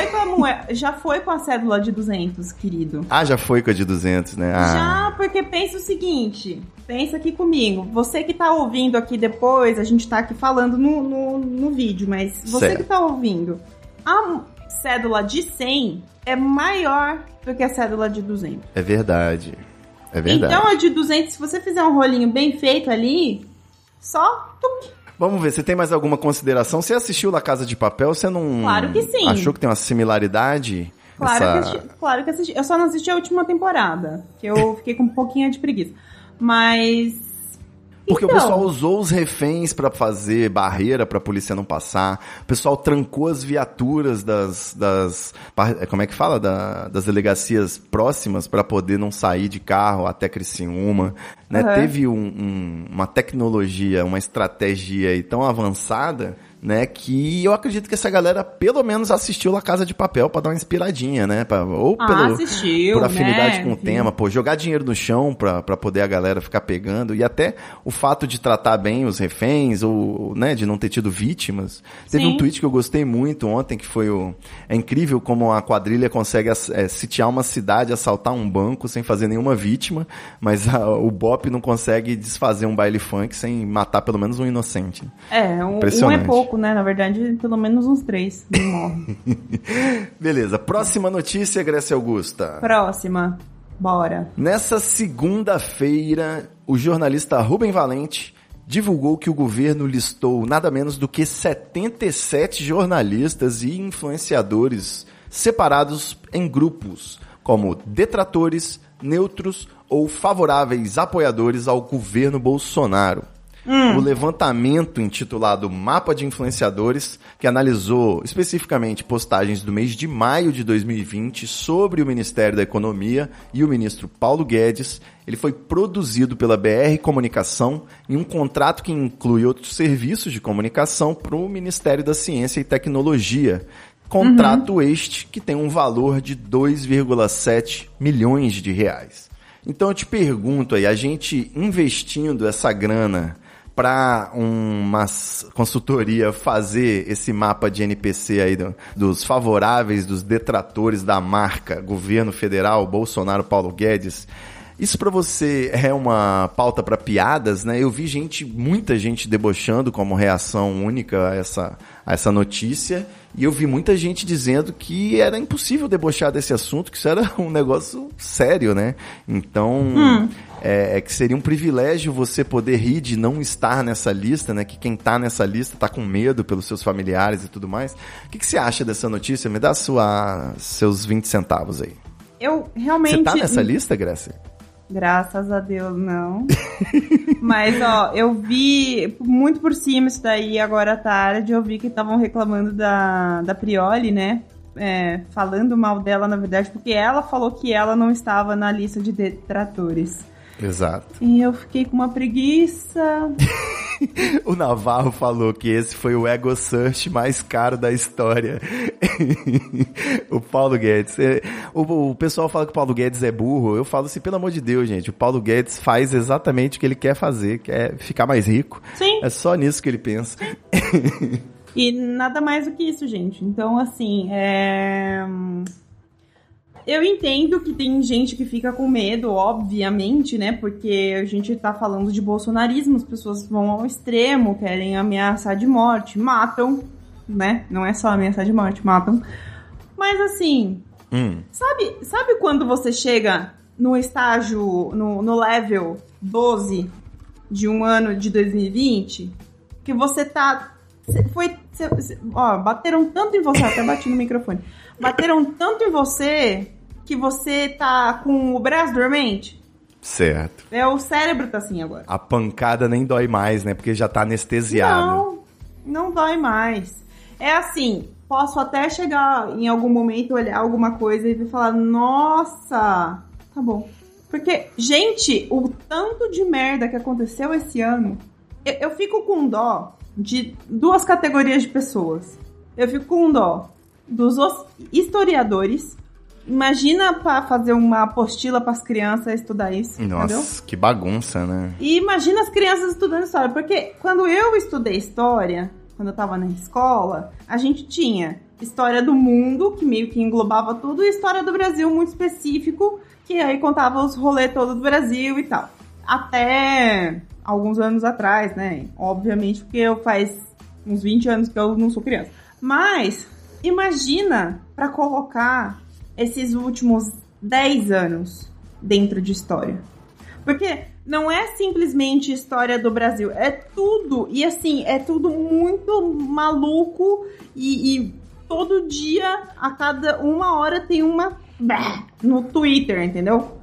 já foi com a cédula de 200, querido. Ah, já foi com a de 200, né? Já, porque pensa o seguinte, pensa aqui comigo, você que tá ouvindo aqui depois, a gente tá aqui falando no vídeo, mas você que tá ouvindo, a cédula de 100 é maior do que a cédula de 200. É verdade, é verdade. Então a de 200, se você fizer um rolinho bem feito ali, só... Vamos ver, você tem mais alguma consideração? Você assistiu La Casa de Papel? Você não... Claro que sim. Achou que tem uma similaridade? Claro que assisti. Eu só não assisti a última temporada, que eu fiquei com um pouquinho de preguiça. Mas... Porque Então. o pessoal usou os reféns pra fazer barreira pra polícia não passar. O pessoal trancou as viaturas como é que fala? Das delegacias próximas pra poder não sair de carro até Criciúma. Né? Uhum. Teve uma tecnologia, uma estratégia aí tão avançada, né, que eu acredito que essa galera pelo menos assistiu La Casa de Papel pra dar uma inspiradinha, né, assistiu, por afinidade né? com o tema, jogar dinheiro no chão pra poder a galera ficar pegando, e até o fato de tratar bem os reféns, ou, né, de não ter tido vítimas. Teve Sim. um tweet que eu gostei muito ontem, que foi é incrível como a quadrilha consegue sitiar uma cidade, assaltar um banco sem fazer nenhuma vítima, mas o BOP não consegue desfazer um baile funk sem matar pelo menos um inocente. Um é pouco, né? Na verdade, pelo menos uns 3 não morrem. Beleza, próxima notícia, Grécia Augusta. Próxima. Bora. Nessa segunda-feira, o jornalista Rubem Valente divulgou que o governo listou nada menos do que 77 jornalistas e influenciadores separados em grupos, como detratores, neutros ou favoráveis apoiadores ao governo Bolsonaro. O levantamento intitulado Mapa de Influenciadores, que analisou especificamente postagens do mês de maio de 2020 sobre o Ministério da Economia e o ministro Paulo Guedes, ele foi produzido pela BR Comunicação em um contrato que inclui outros serviços de comunicação para o Ministério da Ciência e Tecnologia. Contrato este que tem um valor de 2,7 milhões de reais. Então eu te pergunto aí, a gente investindo essa grana para uma consultoria fazer esse mapa de NPC aí dos favoráveis, dos detratores da marca Governo Federal, Bolsonaro, Paulo Guedes, isso para você é uma pauta para piadas, né? Eu vi muita gente debochando como reação única a essa notícia, e eu vi muita gente dizendo que era impossível debochar desse assunto, que isso era um negócio sério, né? Então, que seria um privilégio você poder rir de não estar nessa lista, né? Que quem tá nessa lista tá com medo pelos seus familiares e tudo mais. O que você acha dessa notícia? Me dá seus 20 centavos aí. Eu realmente... Você tá nessa lista, Grécia? Graças a Deus, não. Mas, ó, eu vi muito por cima isso daí agora à tarde. Eu vi que estavam reclamando da Prioli, né? Falando mal dela, na verdade, porque ela falou que ela não estava na lista de detratores. Exato. E eu fiquei com uma preguiça. O Navarro falou que esse foi o ego search mais caro da história. O Paulo Guedes. O pessoal fala que o Paulo Guedes é burro. Eu falo assim, pelo amor de Deus, gente. O Paulo Guedes faz exatamente o que ele quer fazer, quer ficar mais rico. Sim. É só nisso que ele pensa. E nada mais do que isso, gente. Então, assim, eu entendo que tem gente que fica com medo, obviamente, né? Porque a gente tá falando de bolsonarismo, as pessoas vão ao extremo, querem ameaçar de morte, matam, né? Não é só ameaçar de morte, matam. Mas assim, sabe quando você chega no estágio, no level 12 de um ano de 2020, que você tá... bateram tanto em você, até bati no microfone. Bateram tanto em você que você tá com o braço dormente. Certo. O cérebro tá assim agora. A pancada nem dói mais, né? Porque já tá anestesiado. Não dói mais. É assim, posso até chegar em algum momento, olhar alguma coisa e falar, nossa, tá bom. Porque, gente, o tanto de merda que aconteceu esse ano, eu fico com dó de 2 categorias de pessoas. Eu fico com dó dos historiadores. Imagina pra fazer uma apostila pras crianças estudar isso. Nossa, entendeu? Que bagunça, né? E imagina as crianças estudando história. Porque quando eu estudei história, quando eu tava na escola, a gente tinha história do mundo, que meio que englobava tudo, e história do Brasil muito específico, que aí contava os rolês todos do Brasil e tal. Até alguns anos atrás, né? Obviamente, porque faz uns 20 anos que eu não sou criança. Mas, imagina pra colocar esses últimos 10 anos dentro de história. Porque não é simplesmente história do Brasil, é tudo. E assim, é tudo muito maluco e todo dia, a cada 1 hora tem uma no Twitter, entendeu?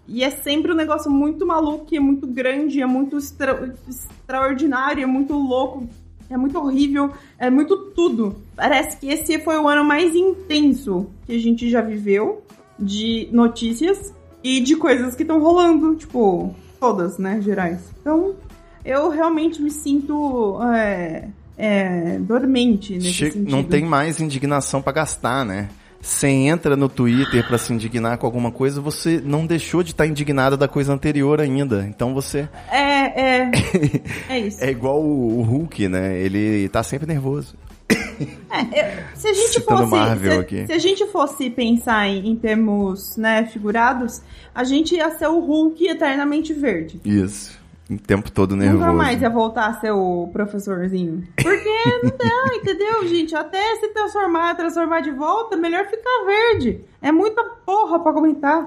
E é sempre um negócio muito maluco, é muito grande, é muito extraordinário, é muito louco, é muito horrível, é muito tudo. Parece que esse foi o ano mais intenso que a gente já viveu de notícias e de coisas que estão rolando, tipo, todas, né, gerais. Então, eu realmente me sinto dormente nesse sentido. Não tem mais indignação pra gastar, né? Você entra no Twitter pra se indignar com alguma coisa, você não deixou de estar indignada da coisa anterior ainda. Então você... É isso. É igual o Hulk, né? Ele tá sempre nervoso. Se a gente fosse pensar em termos, né, figurados, a gente ia ser o Hulk eternamente verde. Isso. O tempo todo nervoso. Nunca mais ia voltar a ser o professorzinho. Porque não dá, entendeu, gente? Até se transformar de volta, melhor ficar verde. É muita porra pra comentar.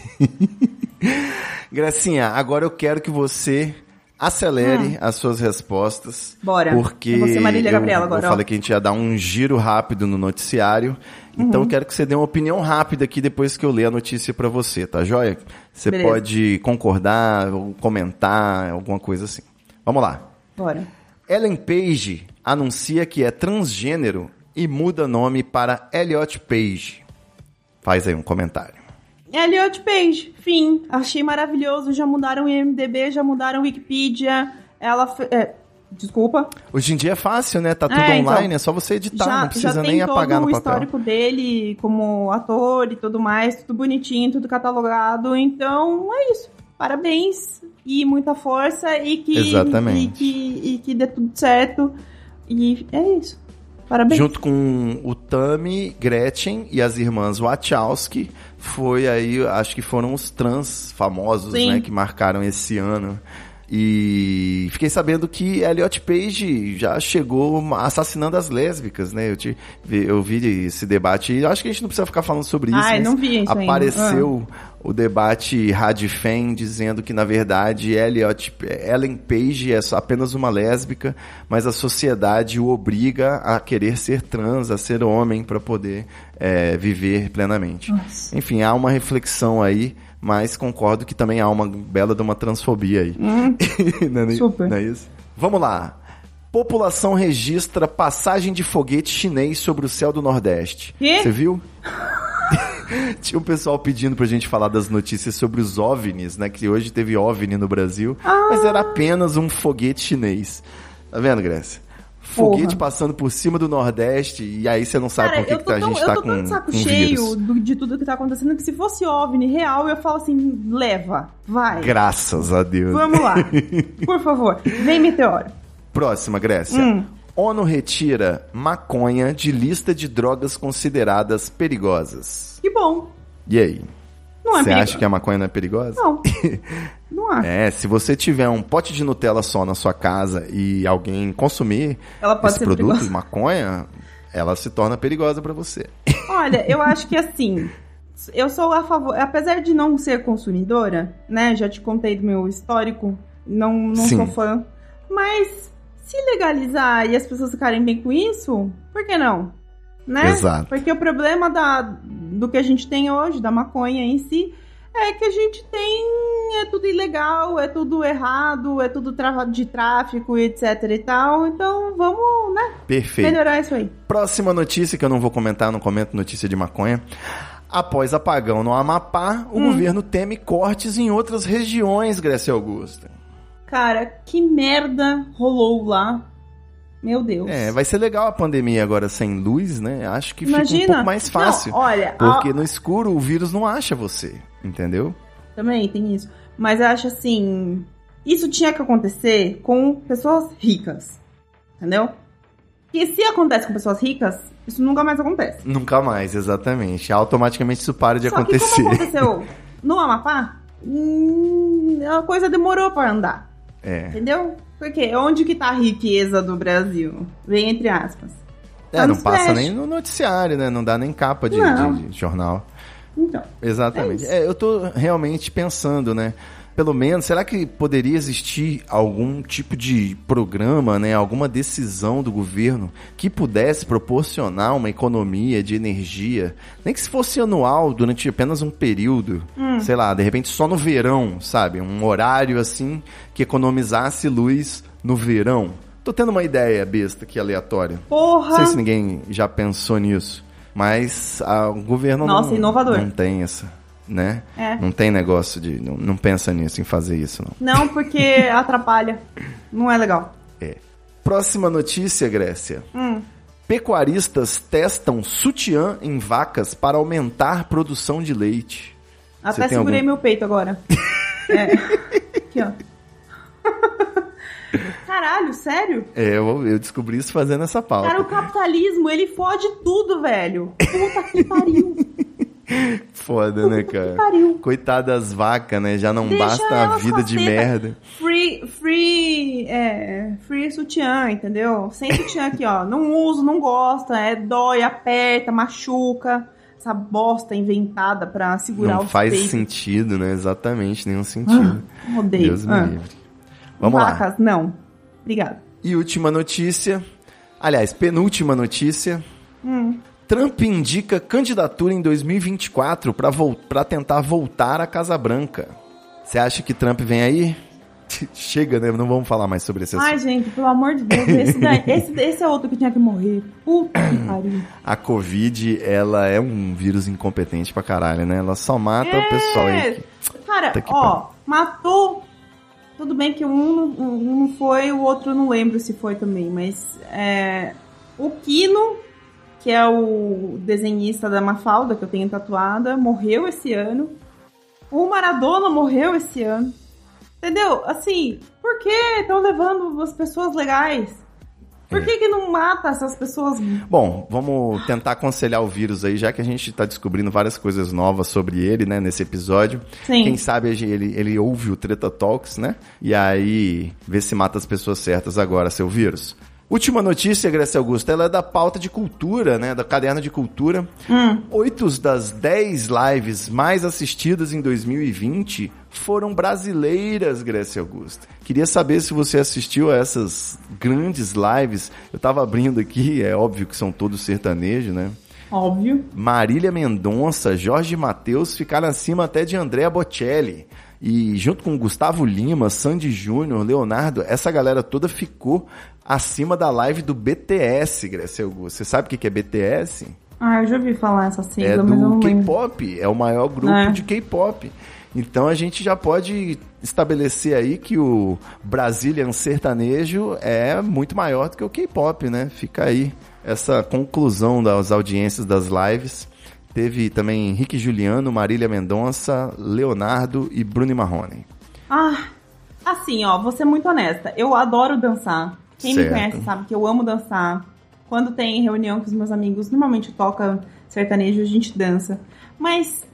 Gracinha, agora eu quero que você acelere as suas respostas. Bora. Porque você, Marília Gabriela, agora. Eu falei que a gente ia dar um giro rápido no noticiário. Então eu quero que você dê uma opinião rápida aqui depois que eu ler a notícia pra você, tá joia? Você Beleza. pode concordar ou comentar, alguma coisa assim. Vamos lá. Bora. Ellen Page anuncia que é transgênero e muda nome para Elliot Page. Faz aí um comentário. Elliot Page, fim. Achei maravilhoso. Já mudaram o IMDb, já mudaram o Wikipedia. Desculpa. Hoje em dia é fácil, né? Tá tudo online, é só você editar, não precisa nem apagar no papel. Já tem todo o histórico dele como ator e tudo mais, tudo bonitinho, tudo catalogado. Então, é isso. Parabéns e muita força e que, exatamente. E que dê tudo certo. E é isso. Parabéns. Junto com o Tammy, Gretchen e as irmãs Wachowski, foi aí, acho que foram os trans famosos, né, que marcaram esse ano. E fiquei sabendo que Elliot Page já chegou assassinando as lésbicas, né? Eu vi esse debate e acho que a gente não precisa ficar falando sobre isso. Ai, não vi isso apareceu o debate Radfem dizendo que, na verdade, Ellen Page é apenas uma lésbica, mas a sociedade o obriga a querer ser trans, a ser homem para poder viver plenamente. Nossa. Enfim, há uma reflexão aí. Mas concordo que também há uma bela de uma transfobia aí. Super. Não é isso? Vamos lá. População registra passagem de foguete chinês sobre o céu do Nordeste. Você viu? Tinha um pessoal pedindo pra gente falar das notícias sobre os OVNIs, né? Que hoje teve OVNI no Brasil. Mas era apenas um foguete chinês. Tá vendo, Grécia? Foguete passando por cima do Nordeste, e aí você não sabe por que a gente tá com um vírus. Eu tô tão saco cheio de tudo que tá acontecendo, que se fosse OVNI real, eu falo assim, leva, vai. Graças a Deus. Vamos lá, por favor, vem meteoro. Próxima, Grécia. ONU retira maconha de lista de drogas consideradas perigosas. Que bom. E aí? Não é Você acha que a maconha não é perigosa? Não, não acho. Se você tiver um pote de Nutella só na sua casa e alguém consumir esse produto, perigosa. Maconha, ela se torna perigosa pra você. Olha, eu acho que assim, eu sou a favor, apesar de não ser consumidora, né, já te contei do meu histórico, não sou fã, mas se legalizar e as pessoas ficarem bem com isso, por que não? Né? Exato. Porque o problema do que a gente tem hoje, da maconha em si, é que a gente é tudo ilegal, é tudo errado, é tudo de tráfico, etc e tal. Então vamos, né? Perfeito. Melhorar isso aí. Próxima notícia, que eu não vou comentar, não comento notícia de maconha. Após apagão no Amapá, o governo teme cortes em outras regiões, Grécia Augusta. Cara, que merda rolou lá. Meu Deus. Vai ser legal a pandemia agora sem luz, né? Acho que fica um pouco mais fácil. Não, olha, porque no escuro o vírus não acha você, entendeu? Também tem isso. Mas eu acho assim, isso tinha que acontecer com pessoas ricas, entendeu? E se acontece com pessoas ricas, isso nunca mais acontece. Nunca mais, exatamente. Automaticamente isso para de acontecer. Só que como aconteceu no Amapá, a coisa demorou para andar. Entendeu? Porque onde que tá a riqueza do Brasil? Vem entre aspas. Não passa nem no noticiário, né? Não dá nem capa de jornal. Então. Exatamente. Eu tô realmente pensando, né? pelo menos, será que poderia existir algum tipo de programa, né, alguma decisão do governo que pudesse proporcionar uma economia de energia, nem que se fosse anual, durante apenas um período, sei lá, de repente só no verão, sabe? Um horário assim que economizasse luz no verão. Tô tendo uma ideia besta aqui, aleatória. Porra! Não sei se ninguém já pensou nisso, mas o governo inovador. Não tem essa, né? É. Não tem negócio de... Não pensa nisso, em fazer isso, não. Não, porque atrapalha. Não é legal. É. Próxima notícia, Grécia. Pecuaristas testam sutiã em vacas para aumentar produção de leite. Até segurei meu peito agora. Aqui, ó. Caralho, sério? Eu descobri isso fazendo essa pauta. Cara, o capitalismo, ele fode tudo, velho. Puta que pariu. Foda, né, cara? Que pariu. Coitada das vacas, né? Já não Deixa basta a vida de merda. Free sutiã, entendeu? Sem sutiã aqui, ó. Não uso, não gosta, dói, aperta, machuca. Essa bosta inventada pra segurar não o faz peito. sentido, né? Exatamente, nenhum sentido. Odeio. Deus me livre. Vamos Vacas, lá. não. Obrigada. E última notícia. Aliás, penúltima notícia. Trump indica candidatura em 2024 para tentar voltar à Casa Branca. Você acha que Trump vem aí? Chega, né? Não vamos falar mais sobre esse assunto. Ai, gente, pelo amor de Deus. Esse é outro que tinha que morrer. Puta que pariu. A Covid, ela é um vírus incompetente pra caralho, né? Ela só mata o pessoal aí. Cara, matou... Tudo bem que um não foi, o outro eu não lembro se foi também, mas o Kino, que é o desenhista da Mafalda, que eu tenho tatuada, morreu esse ano. O Maradona morreu esse ano. Entendeu? Assim, por que estão levando as pessoas legais? Por que não mata essas pessoas? Bom, vamos tentar aconselhar o vírus aí, já que a gente tá descobrindo várias coisas novas sobre ele, né, nesse episódio. Sim. Quem sabe ele ouve o Treta Talks, né? E aí vê se mata as pessoas certas agora, seu vírus. Última notícia, Grécia Augusta, ela é da pauta de cultura, né, da caderno de cultura. 8 das 10 lives mais assistidas em 2020 foram brasileiras, Grécia Augusta. Queria saber se você assistiu a essas grandes lives. Eu tava abrindo aqui, é óbvio que são todos sertanejos, né? Óbvio. Marília Mendonça, Jorge Mateus ficaram acima até de Andrea Bocelli. E junto com Gustavo Lima, Sandy Júnior, Leonardo, essa galera toda ficou acima da live do BTS, Grécia Augusta. Você sabe o que é BTS? Eu já ouvi falar essa sigla, mas eu não do lembro. K-pop, é o maior grupo de K-pop. Então a gente já pode estabelecer aí que o Brazilian sertanejo é muito maior do que o K-pop, né? Fica aí essa conclusão das audiências das lives. Teve também Henrique Juliano, Marília Mendonça, Leonardo e Bruno Marrone. Assim, ó, vou ser muito honesta. Eu adoro dançar. Quem Certo. me conhece sabe que eu amo dançar. Quando tem reunião com os meus amigos, normalmente toca sertanejo, a gente dança. Mas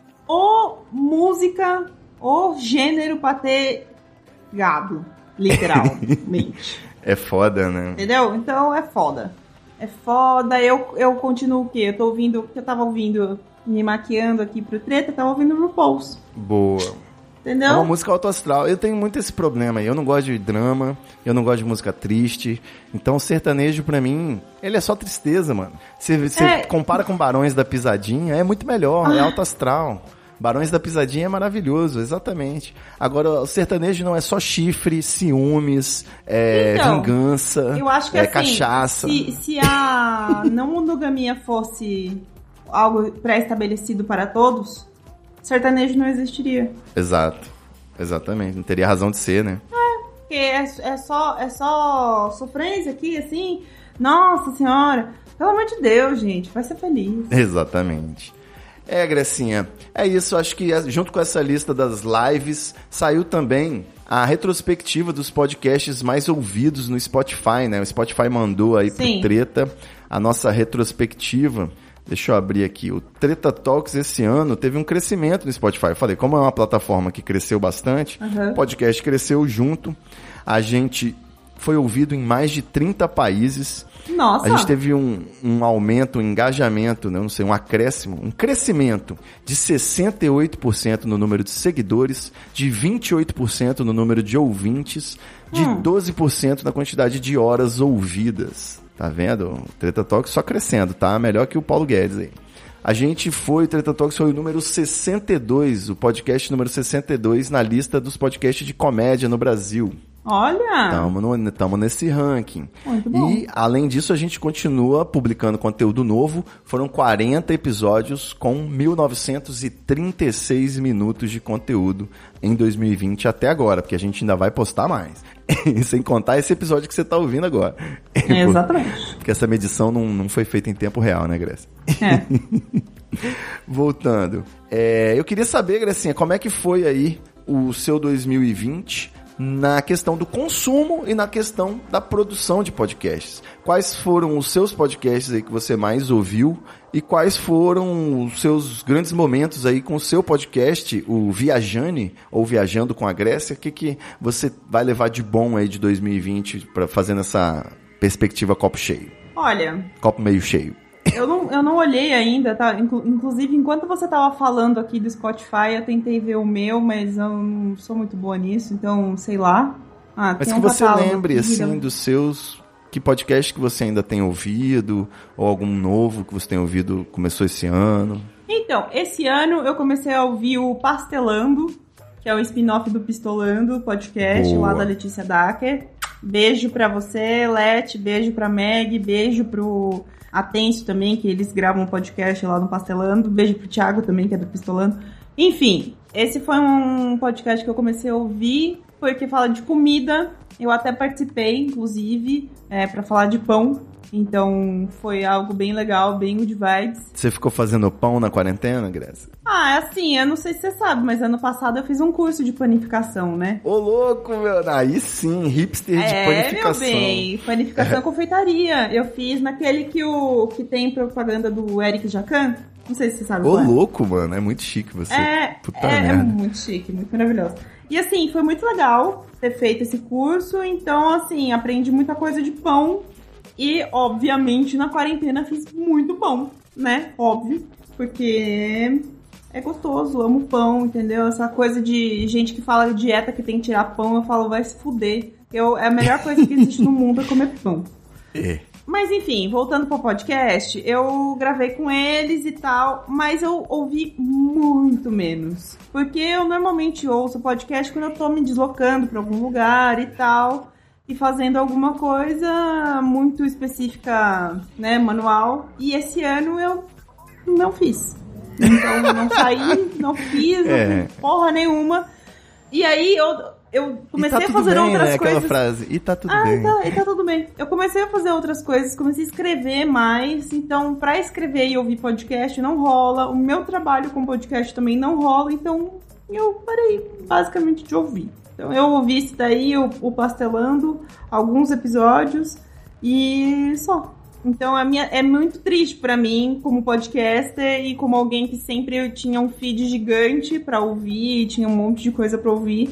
música, gênero pra ter gado, literalmente. É foda, né? Entendeu? Então é foda. É foda. Eu continuo o quê? Eu tô ouvindo, que eu tava ouvindo, me maquiando aqui pro treta, eu tava ouvindo RuPaul's. Boa. Entendeu? É uma música autoastral. Eu tenho muito esse problema aí. Eu não gosto de drama, eu não gosto de música triste. Então o sertanejo, pra mim, ele é só tristeza, mano. Você compara com Barões da Pisadinha, é muito melhor, é autoastral. Barões da Pisadinha é maravilhoso, exatamente. Agora, o sertanejo não é só chifre, ciúmes, vingança, eu acho que assim, cachaça. Se a não monogamia fosse algo pré-estabelecido para todos, sertanejo não existiria. Exato, exatamente. Não teria razão de ser, né? Porque é só sofrência aqui, assim. Nossa senhora, pelo amor de Deus, gente, vai ser feliz. Exatamente. Grecinha, é isso, acho que junto com essa lista das lives, saiu também a retrospectiva dos podcasts mais ouvidos no Spotify, né? O Spotify mandou aí pro Treta a nossa retrospectiva. Deixa eu abrir aqui. O Treta Talks esse ano teve um crescimento no Spotify. Eu falei, como é uma plataforma que cresceu bastante, o podcast cresceu junto. A gente foi ouvido em mais de 30 países. Nossa! A gente teve um aumento, um engajamento, né? Não sei, um acréscimo, um crescimento de 68% no número de seguidores, de 28% no número de ouvintes, de 12% na quantidade de horas ouvidas. Tá vendo? O Treta Talks só crescendo, tá? Melhor que o Paulo Guedes aí. O Treta Talks foi o número 62, o podcast número 62 na lista dos podcasts de comédia no Brasil. Olha! Tamo nesse ranking. Muito bom. E, além disso, a gente continua publicando conteúdo novo. Foram 40 episódios com 1.936 minutos de conteúdo em 2020 até agora, porque a gente ainda vai postar mais. Sem contar esse episódio que você tá ouvindo agora. Exatamente. Porque essa medição não foi feita em tempo real, né, Grécia? É. Voltando. Eu queria saber, Grecinha, como é que foi aí o seu 2020 na questão do consumo e na questão da produção de podcasts. Quais foram os seus podcasts aí que você mais ouviu e quais foram os seus grandes momentos aí com o seu podcast, o Viajane, ou Viajando com a Grécia? O que você vai levar de bom aí de 2020 para fazendo essa perspectiva copo cheio? Olha... Copo meio cheio. Eu não olhei ainda, tá? Inclusive, enquanto você tava falando aqui do Spotify, eu tentei ver o meu, mas eu não sou muito boa nisso, então, sei lá. Mas que você lembre, assim, dos seus... Que podcast que você ainda tem ouvido? Ou algum novo que você tem ouvido, começou esse ano? Então, esse ano eu comecei a ouvir o Pastelando, que é o spin-off do Pistolando, podcast lá da Letícia Dacker. Beijo pra você, Leti, beijo pra Meg, beijo pro... Atencio também, que eles gravam um podcast lá no Pastelando. Beijo pro Thiago também, que é do Pistolando. Enfim, esse foi um podcast que eu comecei a ouvir, porque fala de comida. Eu até participei, inclusive, pra falar de pão. Então, foi algo bem legal, bem good vibes. Você ficou fazendo pão na quarentena, Grécia? Assim, eu não sei se você sabe, mas ano passado eu fiz um curso de panificação, né? Ô, louco, meu! Aí sim, hipster de panificação. Meu bem, panificação e confeitaria. Eu fiz naquele que tem propaganda do Eric Jacan. Não sei se você sabe. Ô, louco, mano, é muito chique você. Puta merda. É muito chique, muito maravilhoso. E assim, foi muito legal ter feito esse curso. Então, assim, aprendi muita coisa de pão. E, obviamente, na quarentena fiz muito pão, né? Óbvio. Porque é gostoso, amo pão, entendeu? Essa coisa de gente que fala de dieta que tem que tirar pão, eu falo, vai se fuder. A melhor coisa que existe no mundo é comer pão. Mas, enfim, voltando pro podcast, eu gravei com eles e tal, mas eu ouvi muito menos. Porque eu normalmente ouço podcast quando eu tô me deslocando pra algum lugar e tal... E fazendo alguma coisa muito específica, né, manual. E esse ano eu não fiz. Então, não saí, não fiz, não fiz porra nenhuma. E aí, eu comecei a fazer outras coisas. Aquela frase, e tá tudo bem. E tá tudo bem. Eu comecei a fazer outras coisas, comecei a escrever mais. Então, pra escrever e ouvir podcast não rola. O meu trabalho com podcast também não rola. Então, eu parei basicamente de ouvir. Então, eu ouvi isso daí, o Pastelando, alguns episódios e só. Então, é muito triste pra mim, como podcaster e como alguém que sempre tinha um feed gigante pra ouvir, tinha um monte de coisa pra ouvir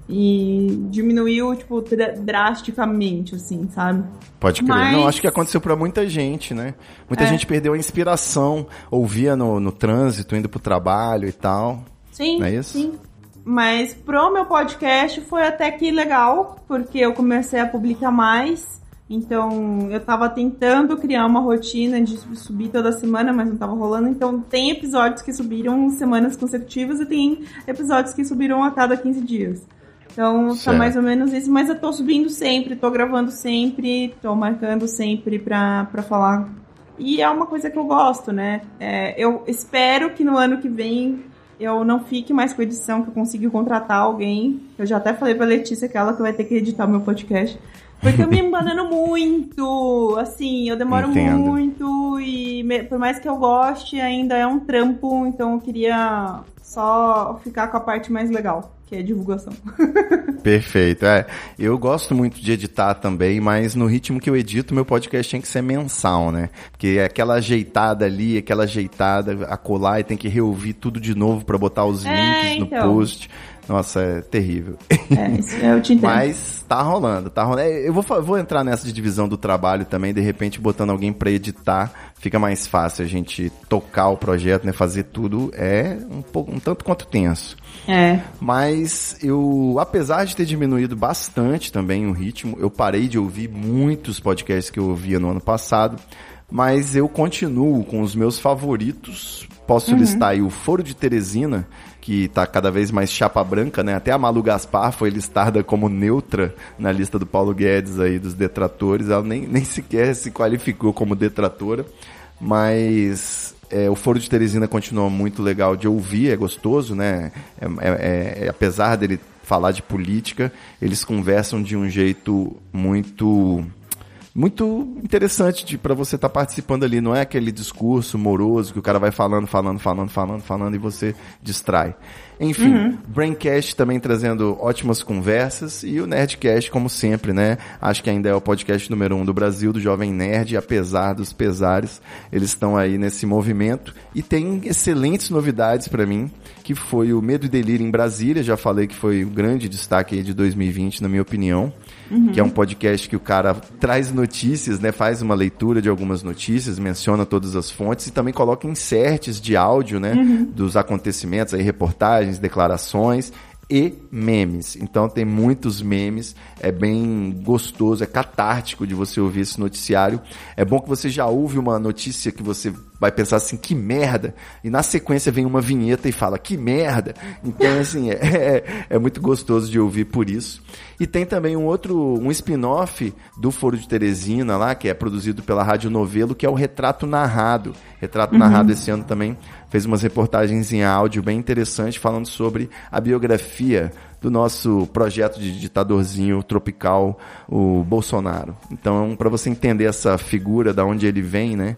e diminuiu, tipo, drasticamente, assim, sabe? Pode crer. Não, acho que aconteceu pra muita gente, né? Muita gente perdeu a inspiração, ouvia no trânsito, indo pro trabalho e tal. Sim, não é isso? Sim. Mas pro meu podcast foi até que legal, porque eu comecei a publicar mais. Então, eu tava tentando criar uma rotina de subir toda semana, mas não tava rolando. Então, tem episódios que subiram semanas consecutivas e tem episódios que subiram a cada 15 dias. Então, tá mais ou menos isso. Mas eu tô subindo sempre, tô gravando sempre, tô marcando sempre pra falar. E é uma coisa que eu gosto, né? Eu espero que no ano que vem... eu não fique mais com edição, que eu consiga contratar alguém. Eu já até falei pra Letícia que ela que vai ter que editar o meu podcast. Porque eu me embanano muito, assim, eu demoro muito e por mais que eu goste, ainda é um trampo, então eu queria só ficar com a parte mais legal, que é a divulgação. Perfeito, eu gosto muito de editar também, mas no ritmo que eu edito, meu podcast tem que ser mensal, né? Porque é aquela ajeitada ali, aquela ajeitada a colar e tem que reouvir tudo de novo pra botar os links no post. Nossa, é terrível. Isso eu te entendo. Mas tá rolando. Eu vou entrar nessa de divisão do trabalho também, de repente botando alguém pra editar, fica mais fácil a gente tocar o projeto, né? Fazer tudo é um tanto quanto tenso. Mas apesar de ter diminuído bastante também o ritmo, eu parei de ouvir muitos podcasts que eu ouvia no ano passado, mas eu continuo com os meus favoritos. Posso listar aí o Foro de Teresina, que tá cada vez mais chapa branca, né? Até a Malu Gaspar foi listada como neutra na lista do Paulo Guedes aí, dos detratores. Ela nem sequer se qualificou como detratora, mas o Foro de Teresina continua muito legal de ouvir, é gostoso, né? Apesar dele falar de política, eles conversam de um jeito muito interessante para você estar participando ali. Não é aquele discurso moroso que o cara vai falando e você distrai. Enfim, Braincast também trazendo ótimas conversas e o Nerdcast, como sempre, né? Acho que ainda é o podcast número 1 do Brasil, do Jovem Nerd, apesar dos pesares. Eles estão aí nesse movimento e tem excelentes novidades para mim, que foi o Medo e Delírio em Brasília. Já falei que foi o grande destaque aí de 2020, na minha opinião. Que é um podcast que o cara traz notícias, né? Faz uma leitura de algumas notícias, menciona todas as fontes e também coloca inserts de áudio, né? Dos acontecimentos, aí, reportagens, declarações e memes. Então tem muitos memes, é bem gostoso, é catártico de você ouvir esse noticiário. É bom que você já ouve uma notícia que você vai pensar assim, que merda, e na sequência vem uma vinheta e fala, que merda. Então, assim, é muito gostoso de ouvir por isso. E tem também um spin-off do Foro de Teresina lá, que é produzido pela Rádio Novelo, que é o Retrato Narrado. Retrato Narrado esse ano também fez umas reportagens em áudio bem interessantes, falando sobre a biografia do nosso projeto de ditadorzinho tropical, o Bolsonaro. Então, para você entender essa figura, da onde ele vem, né,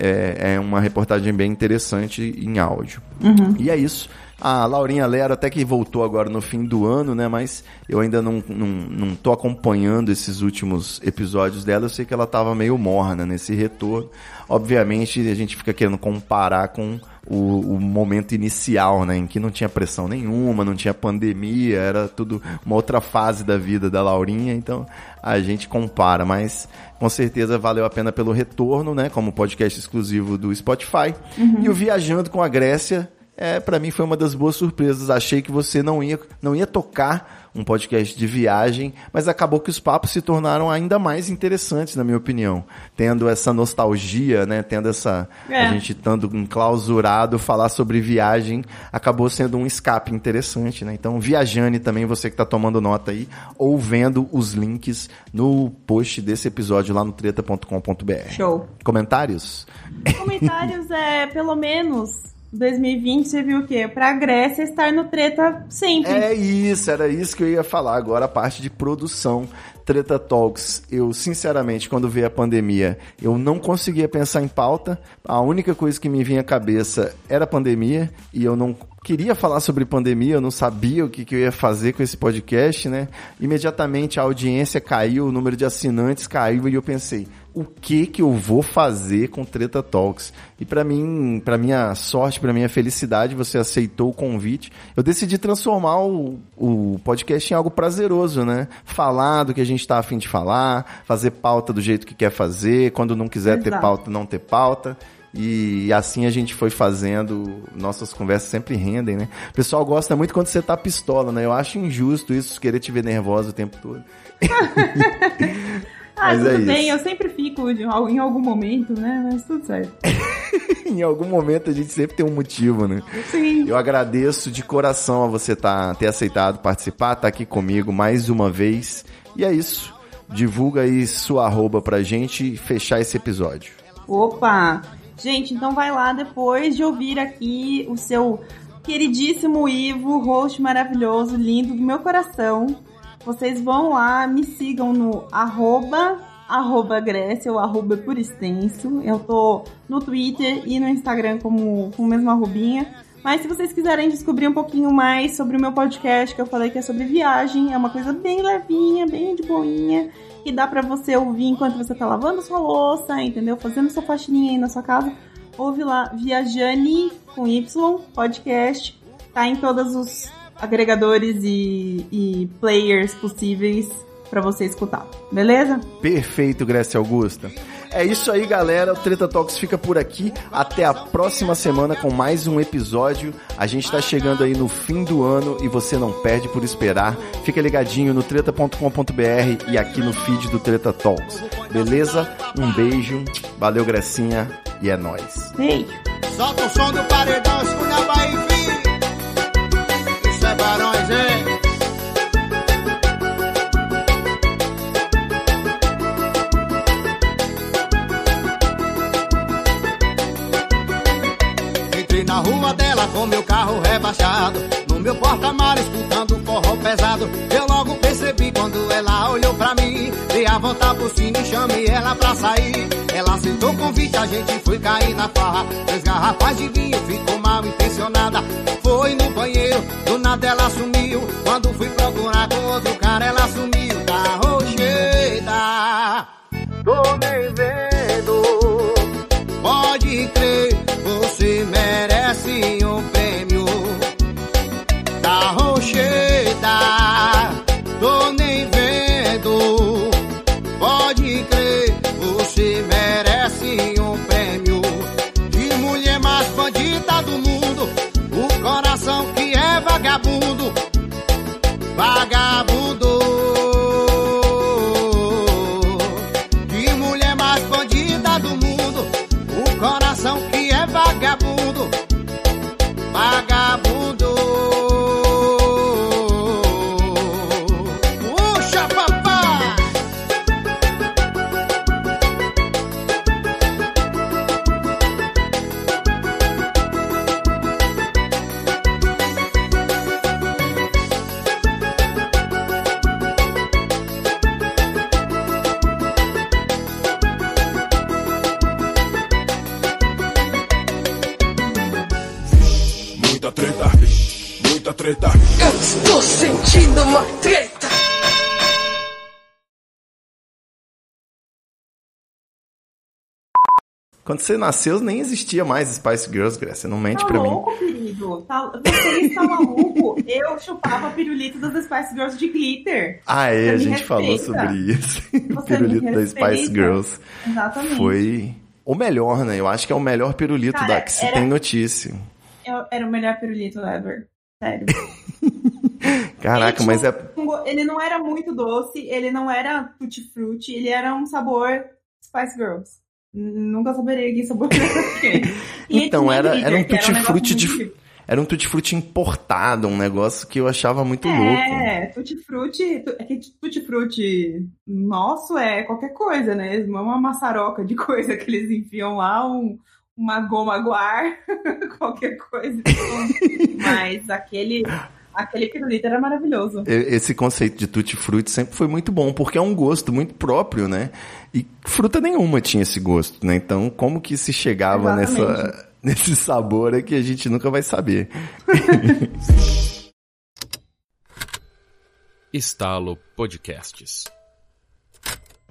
é uma reportagem bem interessante em áudio. E é isso. A Laurinha Lero até que voltou agora no fim do ano, né? Mas eu ainda não tô acompanhando esses últimos episódios dela. Eu sei que ela tava meio morna nesse retorno. Obviamente, a gente fica querendo comparar com o momento inicial, né? Em que não tinha pressão nenhuma, não tinha pandemia, era tudo uma outra fase da vida da Laurinha. Então, a gente compara, mas com certeza valeu a pena pelo retorno, né? Como podcast exclusivo do Spotify. E o Viajando com a Grécia, pra mim foi uma das boas surpresas. Achei que você não ia tocar um podcast de viagem, mas acabou que os papos se tornaram ainda mais interessantes, na minha opinião. Tendo essa nostalgia, né? Tendo essa... A gente estando enclausurado, falar sobre viagem, acabou sendo um escape interessante, né? Então, Viajane também, você que tá tomando nota aí, ou vendo os links no post desse episódio lá no treta.com.br. Show. Comentários? Comentários pelo menos... 2020, você viu o quê? Pra Grécia estar no Treta sempre. Era isso que eu ia falar agora, a parte de produção. Treta Talks, eu sinceramente, quando veio a pandemia, eu não conseguia pensar em pauta. A única coisa que me vinha à cabeça era a pandemia, e eu não queria falar sobre pandemia, eu não sabia o que eu ia fazer com esse podcast, né? Imediatamente a audiência caiu, o número de assinantes caiu, e eu pensei, o que eu vou fazer com Treta Talks? E pra minha sorte, pra minha felicidade, você aceitou o convite. Eu decidi transformar o podcast em algo prazeroso, né? Falar do que a gente tá a fim de falar, fazer pauta do jeito que quer fazer, quando não quiser ter pauta, não ter pauta. E assim a gente foi fazendo, nossas conversas sempre rendem, né? O pessoal gosta muito quando você tá pistola, né? Eu acho injusto isso, querer te ver nervosa o tempo todo. Mas tudo bem, eu sempre fico em algum momento, né? Mas tudo certo. Em algum momento a gente sempre tem um motivo, né? Sim. Eu agradeço de coração a você ter aceitado participar, estar aqui comigo mais uma vez. E é isso. Divulga aí sua @ pra gente fechar esse episódio. Opa! Gente, então vai lá depois de ouvir aqui o seu queridíssimo Ivo, host maravilhoso, lindo do meu coração. Vocês vão lá, me sigam no @ Grécia, ou @ por extenso. Eu tô no Twitter e no Instagram com o mesmo arrobinha. Mas se vocês quiserem descobrir um pouquinho mais sobre o meu podcast, que eu falei que é sobre viagem, é uma coisa bem levinha, bem de boinha, que dá pra você ouvir enquanto você tá lavando sua louça, entendeu? Fazendo sua faxininha aí na sua casa. Ouve lá, Viajane, com Y, podcast. Tá em todos os agregadores e players possíveis pra você escutar, beleza? Perfeito, Grécia Augusta. É isso aí, galera. O Treta Talks fica por aqui. Até a próxima semana com mais um episódio. A gente tá chegando aí no fim do ano e você não perde por esperar. Fica ligadinho no treta.com.br e aqui no feed do Treta Talks. Beleza? Um beijo. Valeu, Grecinha. E é nóis. Beijo. Solta o som do paredão, escuta vai vir. Isso é Barões, hein? Na rua dela com meu carro rebaixado, no meu porta-malas escutando forró pesado. Eu logo percebi quando ela olhou pra mim, dei a volta por cima e chamei ela pra sair. Ela aceitou o convite, a gente foi cair na farra. 3 garrafas de vinho, ficou mal intencionada. Foi no banheiro, do nada ela sumiu. Quando fui procurar com outro cara, ela sumiu. Tá rocheda, tô nem vendo. Pode crer, você merece um prêmio. Da Rocheda, tô nem vendo. Pode crer, você merece um prêmio. De mulher mais bandida do mundo, o coração que é vagabundo. Vagabundo. De mulher mais bandida do mundo, o coração que é vagabundo, vagabundo. Puxa, papai! Muita treta. Eu estou sentindo uma treta. Quando você nasceu, nem existia mais Spice Girls, Grécia. Não mente pra mim. Tá louco, querido? Você está maluco? Eu chupava pirulito das Spice Girls de glitter. Ah, é, a gente respeita. falou sobre isso. O Você pirulito me da respeita. Spice Girls. Exatamente. Foi o melhor, né? Eu acho que é o melhor pirulito Cara, que se tem notícia. Era o melhor pirulito ever. Sério. Caraca, mas é... Ele não era muito doce, ele não era tutti-frutti, ele era um sabor Spice Girls. Nunca saberia que sabor era quê. Então, era um tutti-frutti de... Era um tutti-frutti importado, um negócio que eu achava muito louco. É, tutti-frutti... É que tutti-frutti nosso é qualquer coisa, né? Uma maçaroca de coisa que eles enfiam lá, uma goma guar, qualquer coisa. Mas aquele pirulito era maravilhoso. Esse conceito de tutti-frutti sempre foi muito bom, porque é um gosto muito próprio, né? E fruta nenhuma tinha esse gosto, né? Então, como que se chegava nesse sabor é que a gente nunca vai saber. Estalo Podcasts.